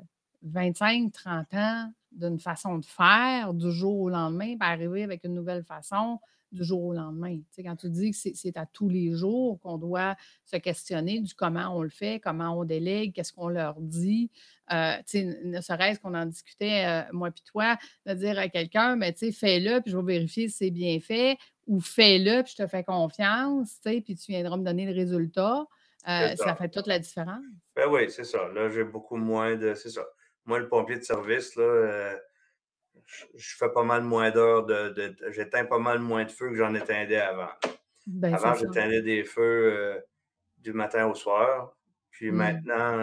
30 ans d'une façon de faire du jour au lendemain, puis arriver avec une nouvelle façon du jour au lendemain. Tu sais, quand tu dis que c'est à tous les jours qu'on doit se questionner du comment on le fait, comment on délègue, qu'est-ce qu'on leur dit, tu sais, ne serait-ce qu'on en discutait, moi puis toi, de dire à quelqu'un, mais tu sais, fais-le, puis je vais vérifier si c'est bien fait, ou fais-le, puis je te fais confiance, tu sais, puis tu viendras me donner le résultat. C'est Ça ça. fait toute la différence. Ben oui, c'est ça. Là, j'ai beaucoup moins de. C'est ça. Moi, le pompier de service, là, je fais pas mal moins d'heures j'éteins pas mal moins de feux que j'en éteindais avant. Ben c'est Avant, ça. j'éteindais des feux du matin au soir. Puis Mmh. maintenant,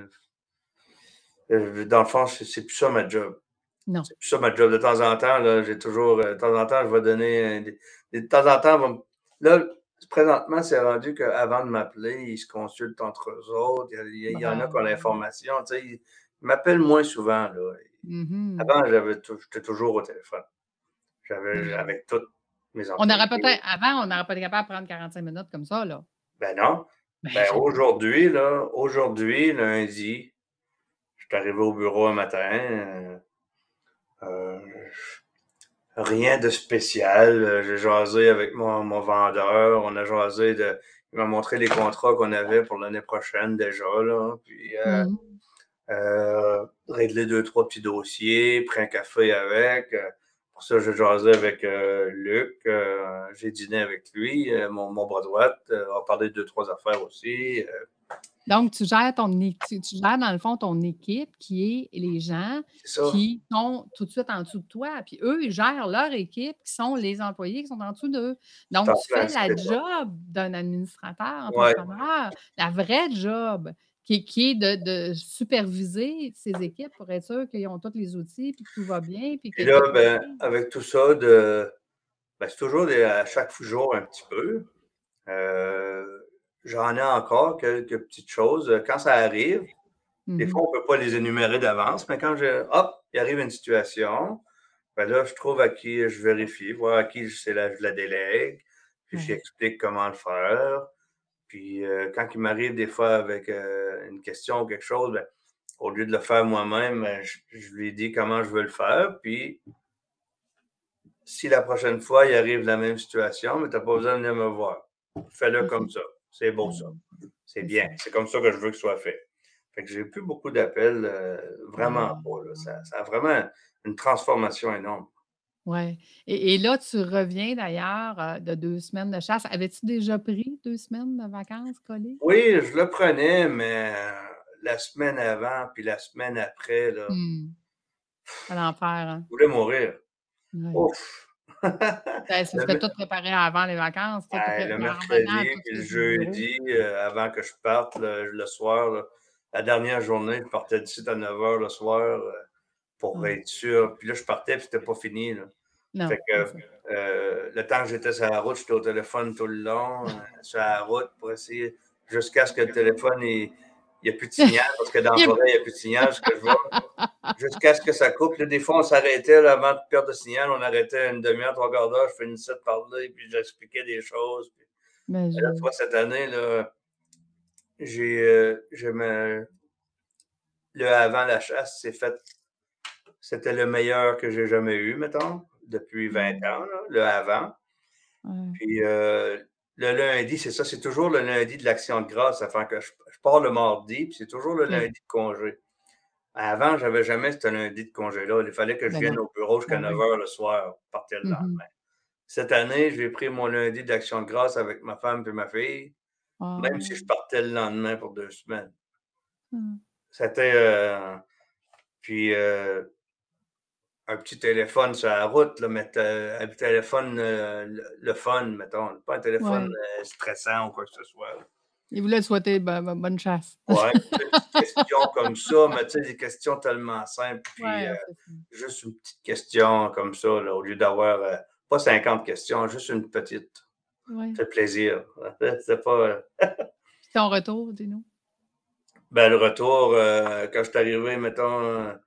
dans le fond, c'est plus ça ma job. Non. C'est plus ça ma job. De temps en temps, là, j'ai toujours. De temps en temps, je vais donner. De temps en temps, là, présentement, c'est rendu qu'avant de m'appeler, ils se consultent entre eux autres. Il y en a qui ont Bravo. l'information. Tu sais, ils m'appellent moins souvent. Là. Mmh. Avant, j'étais toujours au téléphone. J'avais Ben, avec tous mes on aurait employés. peut-être avant, on n'aurait pas été capable de prendre 45 minutes comme ça, là. Ben non. Ben Ben jamais. aujourd'hui, lundi, je suis arrivé au bureau un matin. Euh, rien de spécial. J'ai jasé avec mon vendeur. On a jasé de. il m'a montré les contrats qu'on avait pour l'année prochaine déjà, là. Puis Mhm. régler 2, 3 petits dossiers, pris un café avec. Pour ça, j'ai jasé avec Luc. J'ai dîné avec lui, mon bras droit. On a parlé de 2, 3 affaires aussi. Donc, tu gères tu gères dans le fond ton équipe qui est les gens C'est ça. qui sont tout de suite en dessous de toi. Puis eux, ils gèrent leur équipe qui sont les employés qui sont en dessous d'eux. C'est Donc, en tu plein fais ça. la job d'un administrateur, Ouais, entrepreneur, la vraie job qui est de superviser ces équipes pour être sûr qu'ils ont tous les outils, puis que tout va bien, puis puis que là, tout ben, arrive. avec tout ça, c'est toujours à chaque jour un petit peu. J'en ai encore quelques petites choses. Quand ça arrive, des fois, Mhm. on peut pas les énumérer d'avance, mais quand hop, il arrive une situation, ben là, je trouve à qui je vérifie, voir à qui je la délègue, puis Ouais. j'explique comment le faire. Puis quand il m'arrive des fois avec une question ou quelque chose, ben, au lieu de le faire moi-même, ben, je lui dis comment je veux le faire. Puis si la prochaine fois, il arrive la même situation, mais tu n'as pas besoin de venir me voir. Fais-le C'est ça. comme ça. C'est beau ça. Ben, C'est c'est bien. ça. C'est comme ça que je veux que ce soit fait. Fait que j'ai plus beaucoup d'appels, vraiment Ah. pas, là. Ça a vraiment une transformation énorme. Ouais, et là, tu reviens d'ailleurs, de 2 semaines de chasse. Avais-tu déjà pris 2 semaines de vacances collées? Oui, je le prenais, mais la semaine avant puis la semaine après, là, Mmh. À l'enfer, hein? je voulais mourir. Oui. Ouf! Ben, ça se fait tout préparer avant les vacances, tout Le en revenant, mercredi tout puis ça le sur le bureau. jeudi, avant que je parte le soir, là, la dernière journée, je partais d'ici à 9 heures le soir, pour Ouais. être sûr. Puis là, je partais, puis c'était pas fini, là. Non, Fait c'est que, ça. le temps que j'étais sur la route, j'étais au téléphone tout le long, sur la route pour essayer jusqu'à ce que le téléphone, il y a plus de signal parce que dans la Il est forêt, il y a plus de signal, ce que je vois. Jusqu'à ce que ça coupe. Là, des fois, on s'arrêtait là, avant de perdre le signal. On arrêtait une demi-heure, 3 quarts d'heure. Je finissais de parler, puis j'expliquais des choses. Puis, là, tu imagine. vois, cette année, là, je me, le avant la chasse, c'était le meilleur que j'ai jamais eu, mettons, depuis 20 Mmh. ans, là, le avant. Ouais. Puis le lundi, c'est ça, c'est toujours le lundi de l'Action de grâce. Ça fait que je pars le mardi, puis c'est toujours le OK. lundi de congé. Avant, j'avais jamais ce lundi de congé-là. Il fallait que je Ben vienne non. au bureau jusqu'à Ben 9 oui. heures le soir, partir le Mmh. lendemain. Cette année, j'ai pris mon lundi d'Action de grâce avec ma femme et ma fille, même si Ah. je partais le lendemain pour 2 semaines. Mmh. C'était, puis un petit téléphone sur la route, là, mais un téléphone, le fun, mettons, pas un téléphone Ouais. stressant ou quoi que ce soit. Il voulait te souhaiter bonne chasse. Ouais, des petites questions comme ça, mais tu sais, des questions tellement simples, puis Ouais, c'est ça. juste une petite question comme ça, là, au lieu d'avoir, pas 50 questions, juste une petite. Ouais. Ça fait plaisir. C'est pas, Puis ton retour, dis-nous? ben, le retour, quand je suis arrivé, mettons,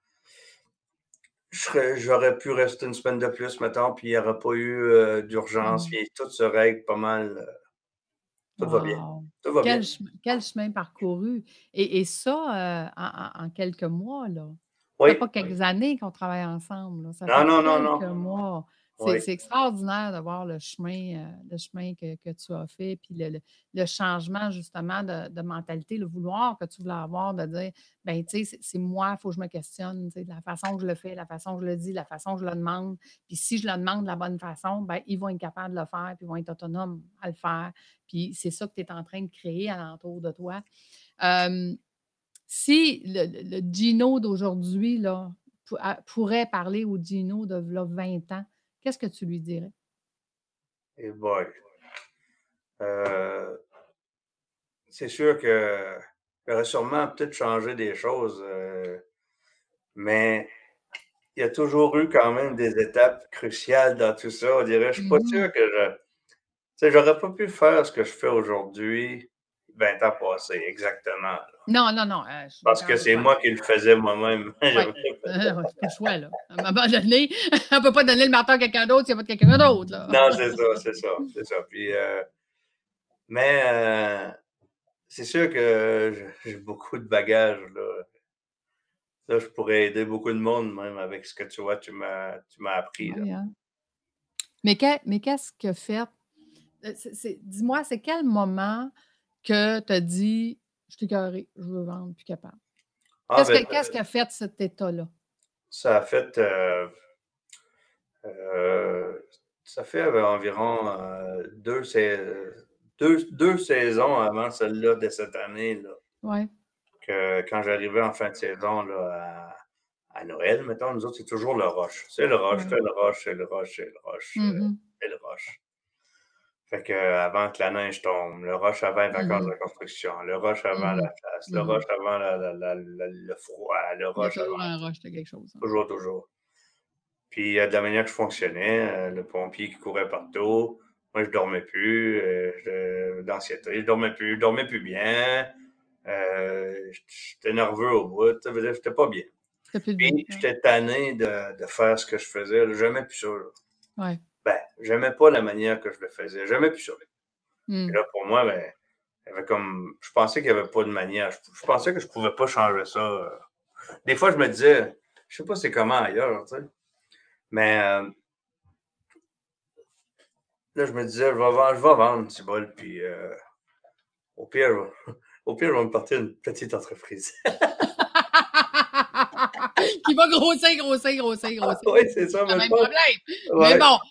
j'aurais pu rester une semaine de plus, mettons, puis il n'y aurait pas eu d'urgence, Mmh. puis tout se règle pas mal. Tout va bien. Wow! Tout va bien. Quel chemin parcouru et ça, en quelques mois, là. Ça fait Oui. pas quelques années qu'on travaille ensemble, là, ça Non, fait non, non, non. quelques mois. Oui. C'est extraordinaire de voir le chemin que tu as fait, puis le changement justement de mentalité, le vouloir que tu voulais avoir, de dire: «Ben, tu sais, c'est moi, il faut que je me questionne, tu sais, la façon que je le fais, la façon que je le dis, la façon que je le demande. Puis si je le demande de la bonne façon, ben, ils vont être capables de le faire, puis ils vont être autonomes à le faire». Puis c'est ça que tu es en train de créer alentour de toi. Hem, si le Gino d'aujourd'hui, là, pourrait parler au Gino de v'là 20 ans, qu'est-ce que tu lui dirais? Et boy. Euh, c'est sûr que j'aurais sûrement peut-être changé des choses, mais il y a toujours eu quand même des étapes cruciales dans tout ça. On dirait, je suis pas Mmh. sûr que tu sais, j'aurais pas pu faire ce que je fais aujourd'hui 20 ans passés, exactement, là. Non, non, non, je suis Parce d'accord que avec c'est toi. moi qui le faisais moi-même. Ouais, ouais, c'est pas le choix, là. À un moment donné, on peut pas donner le marteau à quelqu'un d'autre s'il y a pas de quelqu'un d'autre, là. Non, c'est ça, c'est ça, c'est ça. Puis, mais c'est sûr que j'ai beaucoup de bagages, là. Là, je pourrais aider beaucoup de monde, même avec ce que tu m'as appris, là. Oui, hein. Mais qu'est-ce que fait dis-moi, c'est quel moment que tu as dit: «Je suis écœurée, je veux vendre, plus capable»? Ah, ben, Qu'est-ce qui a fait cet état-là? ça a fait, ça fait environ 2 saisons avant celle-là de cette année, là, Ouais. que quand j'arrivais en fin de saison là, à Noël, mettons, nous autres, c'est toujours le rush. C'est le rush, Ouais. c'est le rush, c'est le rush, c'est le rush, Mmh. c'est le rush. Fait que avant que la neige tombe, le rush avant les vacances Mmh. de construction, le rush avant Mmh. la chasse, le Mmh. rush avant le froid, le Il y a rush toujours avant un rush de quelque chose, hein. toujours, toujours. Puis, de la manière que je fonctionnais, le pompier qui courait partout, moi, je dormais plus, d'anxiété, je dormais plus bien, j'étais nerveux au bout, ça veut dire que j'étais pas bien. Tu plus de vie, Puis, ouais. j'étais tanné de faire ce que je faisais, là, j'aimais plus ça, là. Ouais. Ben, j'aimais pas la manière que je le faisais, j'aimais plus ça. Et Mmh. là, pour moi, ben, il y avait comme, je pensais qu'il y avait pas de manière, je pensais que je pouvais pas changer ça. Des fois, je me disais, je sais pas c'est comment ailleurs, tu sais, mais là, je me disais, je vais vendre, petit bol, puis au pire, au pire, je vais me partir une petite entreprise. Qui va grossir, grossir, grossir, grossir. Oui, c'est ça, C'est le mais je même pense. problème. Mais Ouais. bon.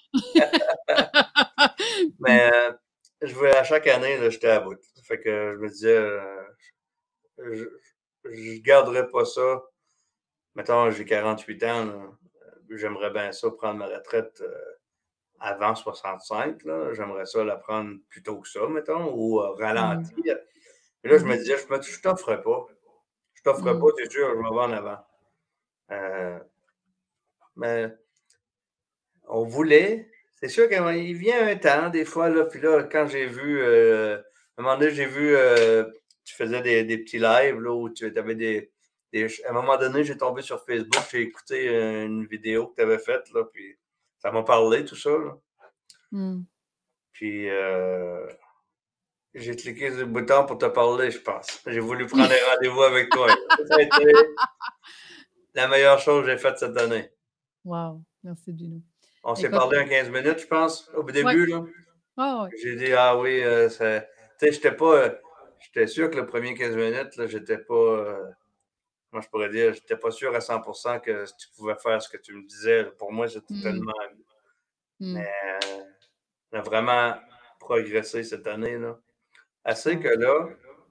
Mais je voulais, à chaque année, là, j'étais à bout. Fait que je me disais, je, je garderais pas ça. Mettons, j'ai 48 ans, là. J'aimerais bien ça prendre ma retraite avant 65, là. J'aimerais ça la prendre plus tôt que ça, mettons, ou Mmh. ralentir. Et là, je me Mmh. disais, je t'offre pas. Je t'offre pas, Mmh. c'est sûr, je vais vendre avant. Euh, mais on voulait. C'est sûr qu'il vient un temps, des fois, là, puis là, quand j'ai vu, à un moment donné, j'ai vu, tu faisais des petits lives, là, où tu avais à un moment donné, j'ai tombé sur Facebook, j'ai écouté une vidéo que tu avais faite, là, puis ça m'a parlé, tout ça, là. Mmh. Puis j'ai cliqué sur le bouton pour te parler, je pense. J'ai voulu prendre un rendez-vous avec toi. Ça a été la meilleure chose que j'ai faite cette année. Wow, merci Gino. On s'est Écoute, parlé en 15 minutes, je pense, au ouais, début, là. ouais, ouais. J'ai dit, ah oui, ça. Tu sais, j'étais sûr que le premier 15 minutes, là, j'étais pas. Moi, je pourrais dire, j'étais pas sûr à 100% que tu pouvais faire ce que tu me disais. Pour moi, c'était Mmh. tellement. Mmh. Mais on a vraiment progressé cette année, là. Assez que Wow. là,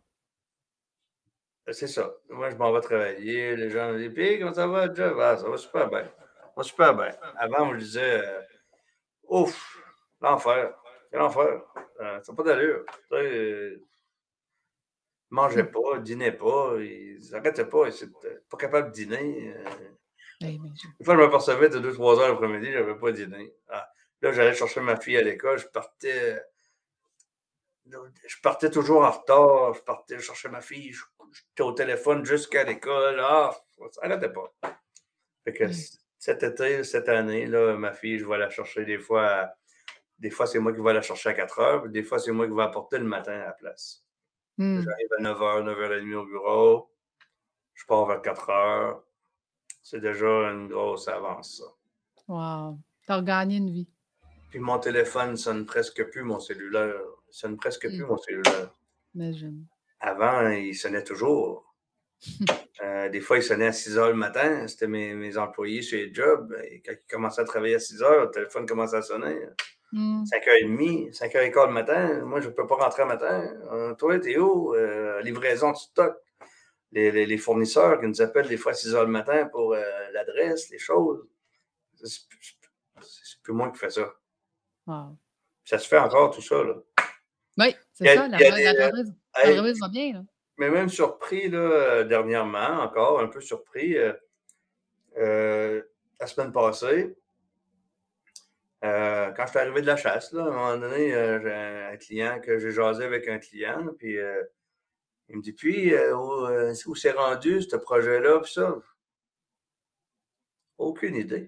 c'est ça. Moi, je m'en vais travailler. Les gens me disent, puis, comment ça va, Jeff? Ah, ça va super bien. Ça va super bien. Avant, on me disait, ouf, l'enfer. Quel enfer. Ça n'a pas d'allure. Tu sais, mangeaient pas, dînaient pas, ils n'arrêtaient pas, ils étaient pas capables de dîner. Eh ben, je Une fois, je m'apercevais de 2-3 heures l'après-midi, je n'avais pas dîné. Ah, là, j'allais chercher ma fille à l'école, je partais toujours en retard, je partais chercher ma fille, j'étais au téléphone jusqu'à l'école. Ah, ça n'arrêtait pas. Fait que ouais. cet été, cette année, là, ma fille, je vais la chercher des fois. Des fois, c'est moi qui vais la chercher à 4 heures, puis des fois, c'est moi qui vais apporter le matin à la place. Mmh. J'arrive à 9 h, 9 h 30 au bureau, je pars vers 4 heures. C'est déjà une grosse avance, ça. Wow. T'as regagné une vie. Puis mon téléphone sonne presque plus, mon cellulaire. Il sonne presque plus, Mmh. mon cellulaire. Imagine. Avant, il sonnait toujours. Des fois, il sonnait à 6 heures le matin. C'était mes employés chez les jobs. Et quand ils commençaient à travailler à 6 heures, le téléphone commençait à sonner. Mmh. 5h30, 5h15 le matin. Moi, je ne peux pas rentrer le matin. Toi, t'es où? Livraison de stock. Les fournisseurs qui nous appellent des fois à 6 heures le matin pour l'adresse, les choses. C'est plus moi qui fais ça. Wow. Ça se fait encore, tout ça, là. Oui, c'est Il y a, ça, il y a des. Hey, l'entreprise va bien, là. mais même surpris, là, dernièrement, encore un peu surpris, la semaine passée, quand je suis arrivé de la chasse, là, à un moment donné, j'ai un client que j'ai jasé avec un client, puis il me dit, puis, où c'est rendu, ce projet-là, puis ça? Aucune idée.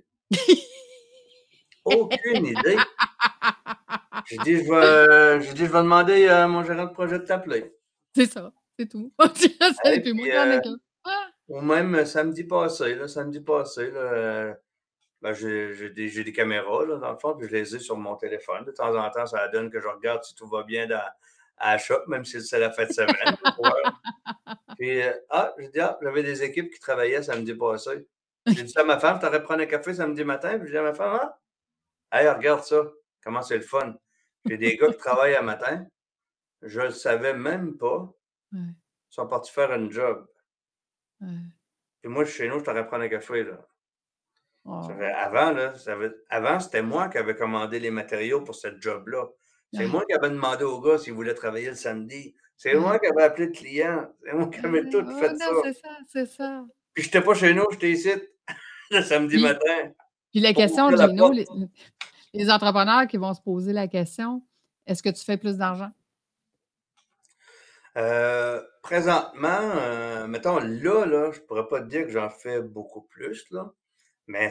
Aucune idée. J'ai dit, je vais demander à mon gérant de projet de t'appeler. C'est ça, c'est tout. Et C'est plus moi puis, qui en ai qu'un. Ah! ou même samedi passé, là, Ben, j'ai des caméras, là, dans le fond, puis je les ai sur mon téléphone. De temps en temps, ça donne que je regarde si tout va bien à la shop, même si c'est la fin de semaine, pour voir. Puis, j'ai dit: «Ah, j'avais des équipes qui travaillaient samedi passé». J'ai dit ça à ma femme: «Tu prendre un café samedi matin?» Puis j'ai dit à ma femme: «Ah, hey, regarde ça, comment c'est le fun. J'ai des gars qui travaillent à matin, je le savais même pas, Ouais, ils sont partis faire une job. ouais. Puis moi, je suis chez nous, je t'aurais prendre un café, là». Ça fait Oh. avant, là, avant, c'était moi qui avais commandé les matériaux pour cette job-là. C'est Ouais, moi qui avais demandé aux gars s'ils voulaient travailler le samedi. C'est moi ouais. qui avais appelé le client. C'est moi qui avais tout Oh fait ça. non, c'est ça, c'est ça. Puis j'étais pas chez nous, j'étais ici le samedi Puis matin puis la pour question, ouvrir la Gino, porte. les entrepreneurs qui vont se poser la question: «Est-ce que tu fais plus d'argent?» Présentement, mettons là, je pourrais pas te dire que j'en fais beaucoup plus, là, mais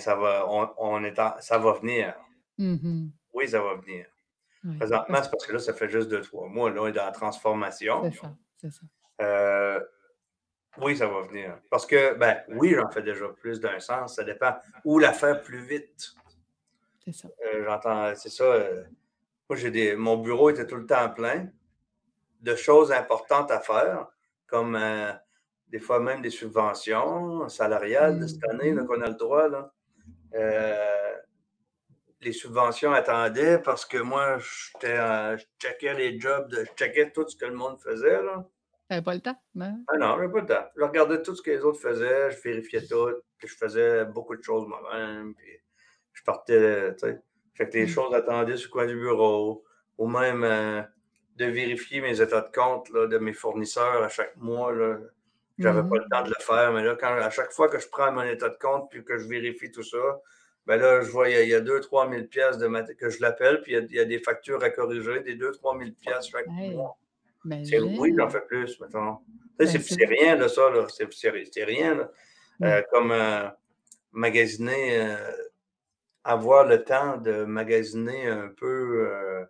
ça va venir. Mmh. Oui, ça va venir. Ouais, Présentement, c'est parce que là, ça fait juste 2 3 mois, là, on est dans la c'est transformation. ça, c'est ça. Heu, oui, ça va venir. Parce que, ben, oui, j'en fais déjà plus d'un sens, ça dépend où la faire plus vite. C'est ça. J'entends c'est ça, moi, mon bureau était tout le temps plein de choses importantes à faire, comme, des fois même des subventions salariales de cette année, là, Mmh. qu'on a le droit, là. Heu, les subventions attendaient parce que moi, je checkais les jobs je checkais tout ce que le monde faisait, là. Tu pas le temps? Ben, Ah non, j'avais pas le temps. Je regardais tout ce que les autres faisaient, je vérifiais tout, puis je faisais beaucoup de choses moi-même, puis je partais, tu sais. Fait que les ouais. choses attendaient sur le coin du bureau, ou même, de vérifier mes états de compte, là, de mes fournisseurs à chaque mois, là. J'avais pas Mmh. le temps de le faire, mais là, à chaque fois que je prends mon état de compte puis que je vérifie tout ça, ben là, je vois, il y a 2 3 000 pièces que je l'appelle, puis il y a des factures à corriger, des 2 3 000 pièces chaque Hey, mois. Oui, j'en imagine! fais plus, mettons. Tu sais, Ben, c'est rien, là, ça, là. C'est rien, là. non. Comme, magasiner, avoir le temps de magasiner un peu,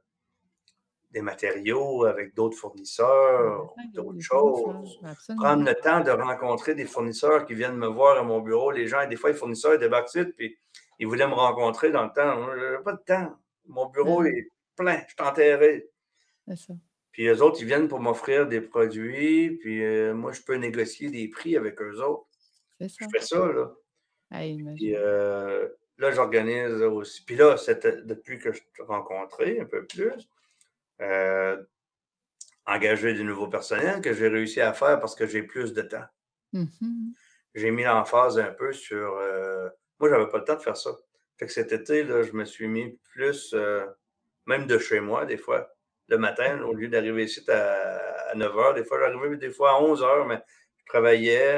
des matériaux avec d'autres Ben, fournisseurs, certain qu'il y a d'autres des fournisseurs, choses. absolument. Prendre le temps de rencontrer des fournisseurs qui viennent me voir à mon bureau. Les gens, des fois, les fournisseurs, ils débarquent ici, puis ils voulaient me rencontrer dans le temps. Moi, j'avais pas de temps. Mon Ben bureau non, est plein, je suis enterré. c'est ça, Puis eux autres, ils viennent pour m'offrir des produits, puis moi, je peux négocier des prix avec eux autres. c'est Je ça. fais ça, là. Hey, Puis imagine. là, j'organise aussi. Puis là, depuis que je t'ai rencontré un peu plus, euh, engager du nouveau personnel que j'ai réussi à faire parce que j'ai plus de temps. Mmh. J'ai mis l'emphase un peu sur. Moi, j'avais pas le temps de faire ça. Fait que cet été, là, je me suis mis plus, même de chez moi, des fois, le matin, au lieu d'arriver ici à 9 heures, des fois, j'arrivais des fois à 11 heures, mais je travaillais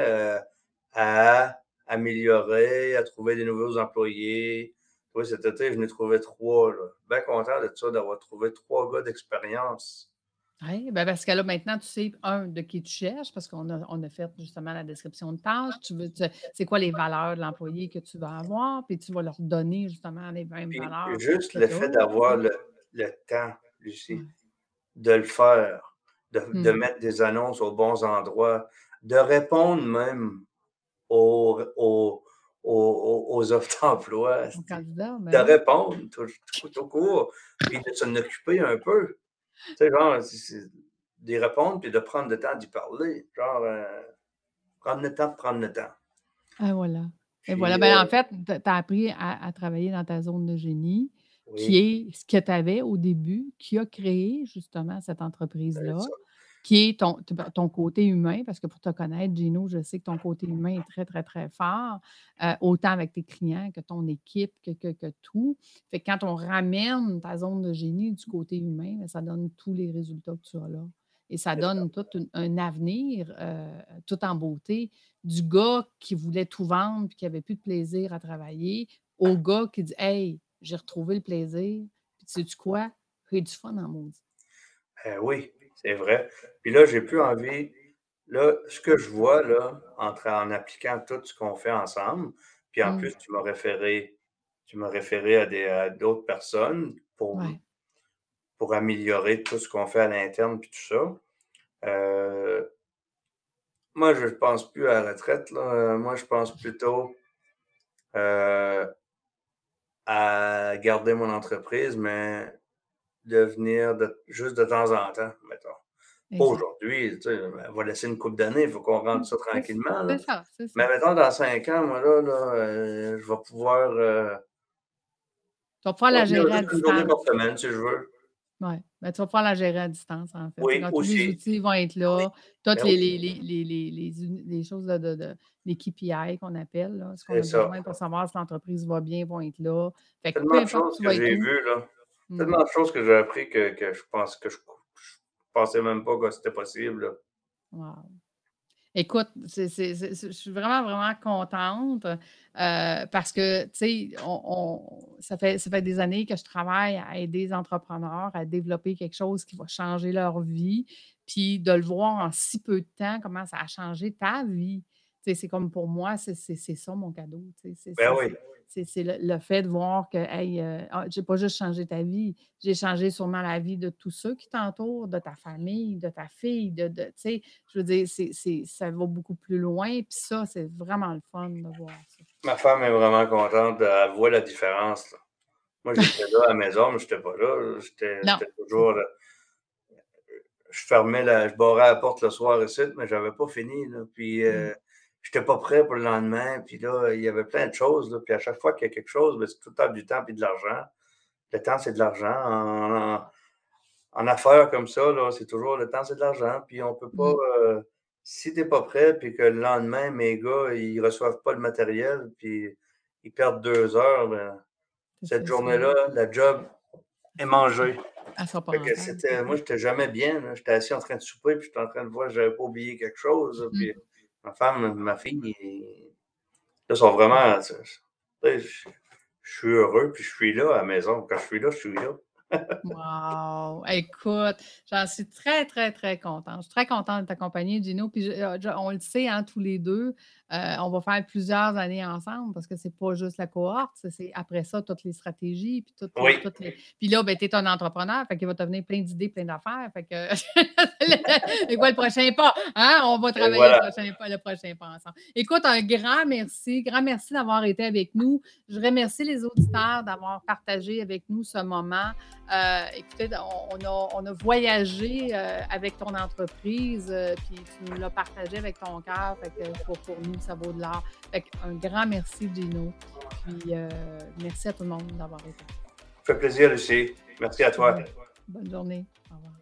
à améliorer, à trouver des nouveaux employés. Oui, cet été, je n'ai trouvé trois. Là. Bien content de ça, d'avoir trouvé 3 gars d'expérience. Oui, ben, parce que là, maintenant, tu sais, de qui tu cherches, parce qu'on a fait justement la description de tâches. C'est quoi les valeurs de l'employé que tu vas avoir, puis tu vas leur donner justement les mêmes Puis valeurs juste que le tu fait as, tu d'avoir sais? le temps, Lucie, Ouais. de le faire, de Mmh. mettre des annonces aux bons endroits, de répondre même aux offres d'emploi, Ton esti. candidat, De ben oui. répondre tout court, puis de s'en occuper un peu. Tu sais, genre, d'y répondre puis de prendre le temps d'y parler. Genre, prendre le temps de prendre le temps. Ah voilà. Et voilà, Puis, ben, en fait, tu as appris à travailler dans ta zone de génie, qui oui, est ce que tu avais au début, qui a créé justement cette c'est entreprise-là, ça. qui est ton côté humain, parce que pour te connaître, Gino, je sais que ton côté humain est très, très, très fort, autant avec tes clients que ton équipe, que tout. Fait que quand on ramène ta zone de génie du côté humain, ben, ça donne tous les résultats que tu as là et ça donne tout un avenir, tout en beauté du gars qui voulait tout vendre puis qui avait plus de plaisir à travailler, au gars qui dit: «Hey, j'ai retrouvé le plaisir, puis tu sais-tu quoi? J'ai du fun en maudit». Oui, c'est vrai. Puis là, j'ai plus envie. Là, ce que je vois, là, en appliquant tout ce qu'on fait ensemble, puis en Mmh. plus, tu m'as référé à d'autres personnes Ouais. pour améliorer tout ce qu'on fait à l'interne, puis tout ça. Euh, Moi, je ne pense plus à la retraite, là. Moi, je pense plutôt, euh, à garder mon entreprise, mais de venir juste de temps en temps, mettons. Pas Exact. aujourd'hui, tu sais, elle va laisser une couple d'années, il faut qu'on rentre ça C'est tranquillement, là. c'est ça, c'est Mais ça. mettons dans 5 ans, moi là, je vais pouvoir, Tu vas pouvoir la revenir gérer à juste une journée par distance. semaine si je veux. Ouais, ben, tu vas pouvoir la gérer à distance, en fait. Tu sais, Oui, quand tous les aussi. outils vont être Ben oui, là, toutes ben oui, les choses les KPI qu'on appelle, là, ce qu'on c'est a ça. besoin pour savoir si l'entreprise va bien, vont être là. Fait que peu Tellement de importe choses tu que vas être j'ai où. vues, là. Mmh. Tellement de choses que j'ai appris que je pense que je pensais même pas que c'était possible, là. Wow. Écoute, je suis vraiment, vraiment contente, parce que, tu sais, ça fait des années que je travaille à aider les entrepreneurs à développer quelque chose qui va changer leur vie, puis de le voir en si peu de temps, comment ça a changé ta vie. Tu sais, c'est comme pour moi, c'est ça mon cadeau, tu sais, Ben oui, c'est le fait de voir que, hey, j'ai pas juste changé ta vie, j'ai changé sûrement la vie de tous ceux qui t'entourent, de ta famille, de ta fille, tu sais, je veux dire, ça va beaucoup plus loin, puis ça, c'est vraiment le fun de voir ça. ma femme est vraiment contente, elle voit la différence, là. Moi, j'étais là à la maison, mais j'étais pas là, Non, j'étais c'est toujours, je barrais la porte le soir ici, mais j'avais pas fini, là. Puis, mmh, j'étais pas prêt pour le lendemain. Puis là, il y avait plein de choses, là. Puis à chaque fois qu'il y a quelque chose, ben, c'est tout le temps du temps puis de l'argent. Le temps, c'est de l'argent. En affaires comme ça, là, c'est toujours le temps, c'est de l'argent. Puis on peut pas, mmh, si t'es pas prêt, puis que le lendemain, mes gars, ils reçoivent pas le matériel, puis ils perdent 2 heures, ben, cette c'est ça. journée-là, la job est mangée. Elle sera pas Fait que rentable, c'est ça. moi, j'étais jamais bien, là. J'étais assis en train de souper, puis j'étais en train de voir si j'avais pas oublié quelque chose, là. Mmh, Puis ma femme, ma fille, là, sont vraiment, tu sais, je suis heureux, puis je suis là à la maison. Quand je suis là, je suis là. wow! Écoute, j'en suis très, très, très contente. Je suis très contente de t'accompagner, Gino. Puis on le sait, hein, tous les deux, on va faire plusieurs années ensemble parce que c'est pas juste la cohorte, c'est après ça, toutes les stratégies, puis Oui, Puis là, ben, tu es un entrepreneur, fait qu'il va te venir plein d'idées, plein d'affaires. Fait que c'est quoi le prochain pas? Hein? On va et travailler voilà. le prochain pas ensemble. Écoute, un grand merci d'avoir été avec nous. Je remercie les auditeurs d'avoir partagé avec nous ce moment. Écoutez, on a voyagé avec ton entreprise, puis tu nous l'as partagé avec ton cœur. Fait que pour nous, ça vaut de l'or. Fait un grand merci, Gino. Puis merci à tout le monde d'avoir été. Ça fait plaisir, Lucie. Merci à toi. Bonne journée. Au revoir.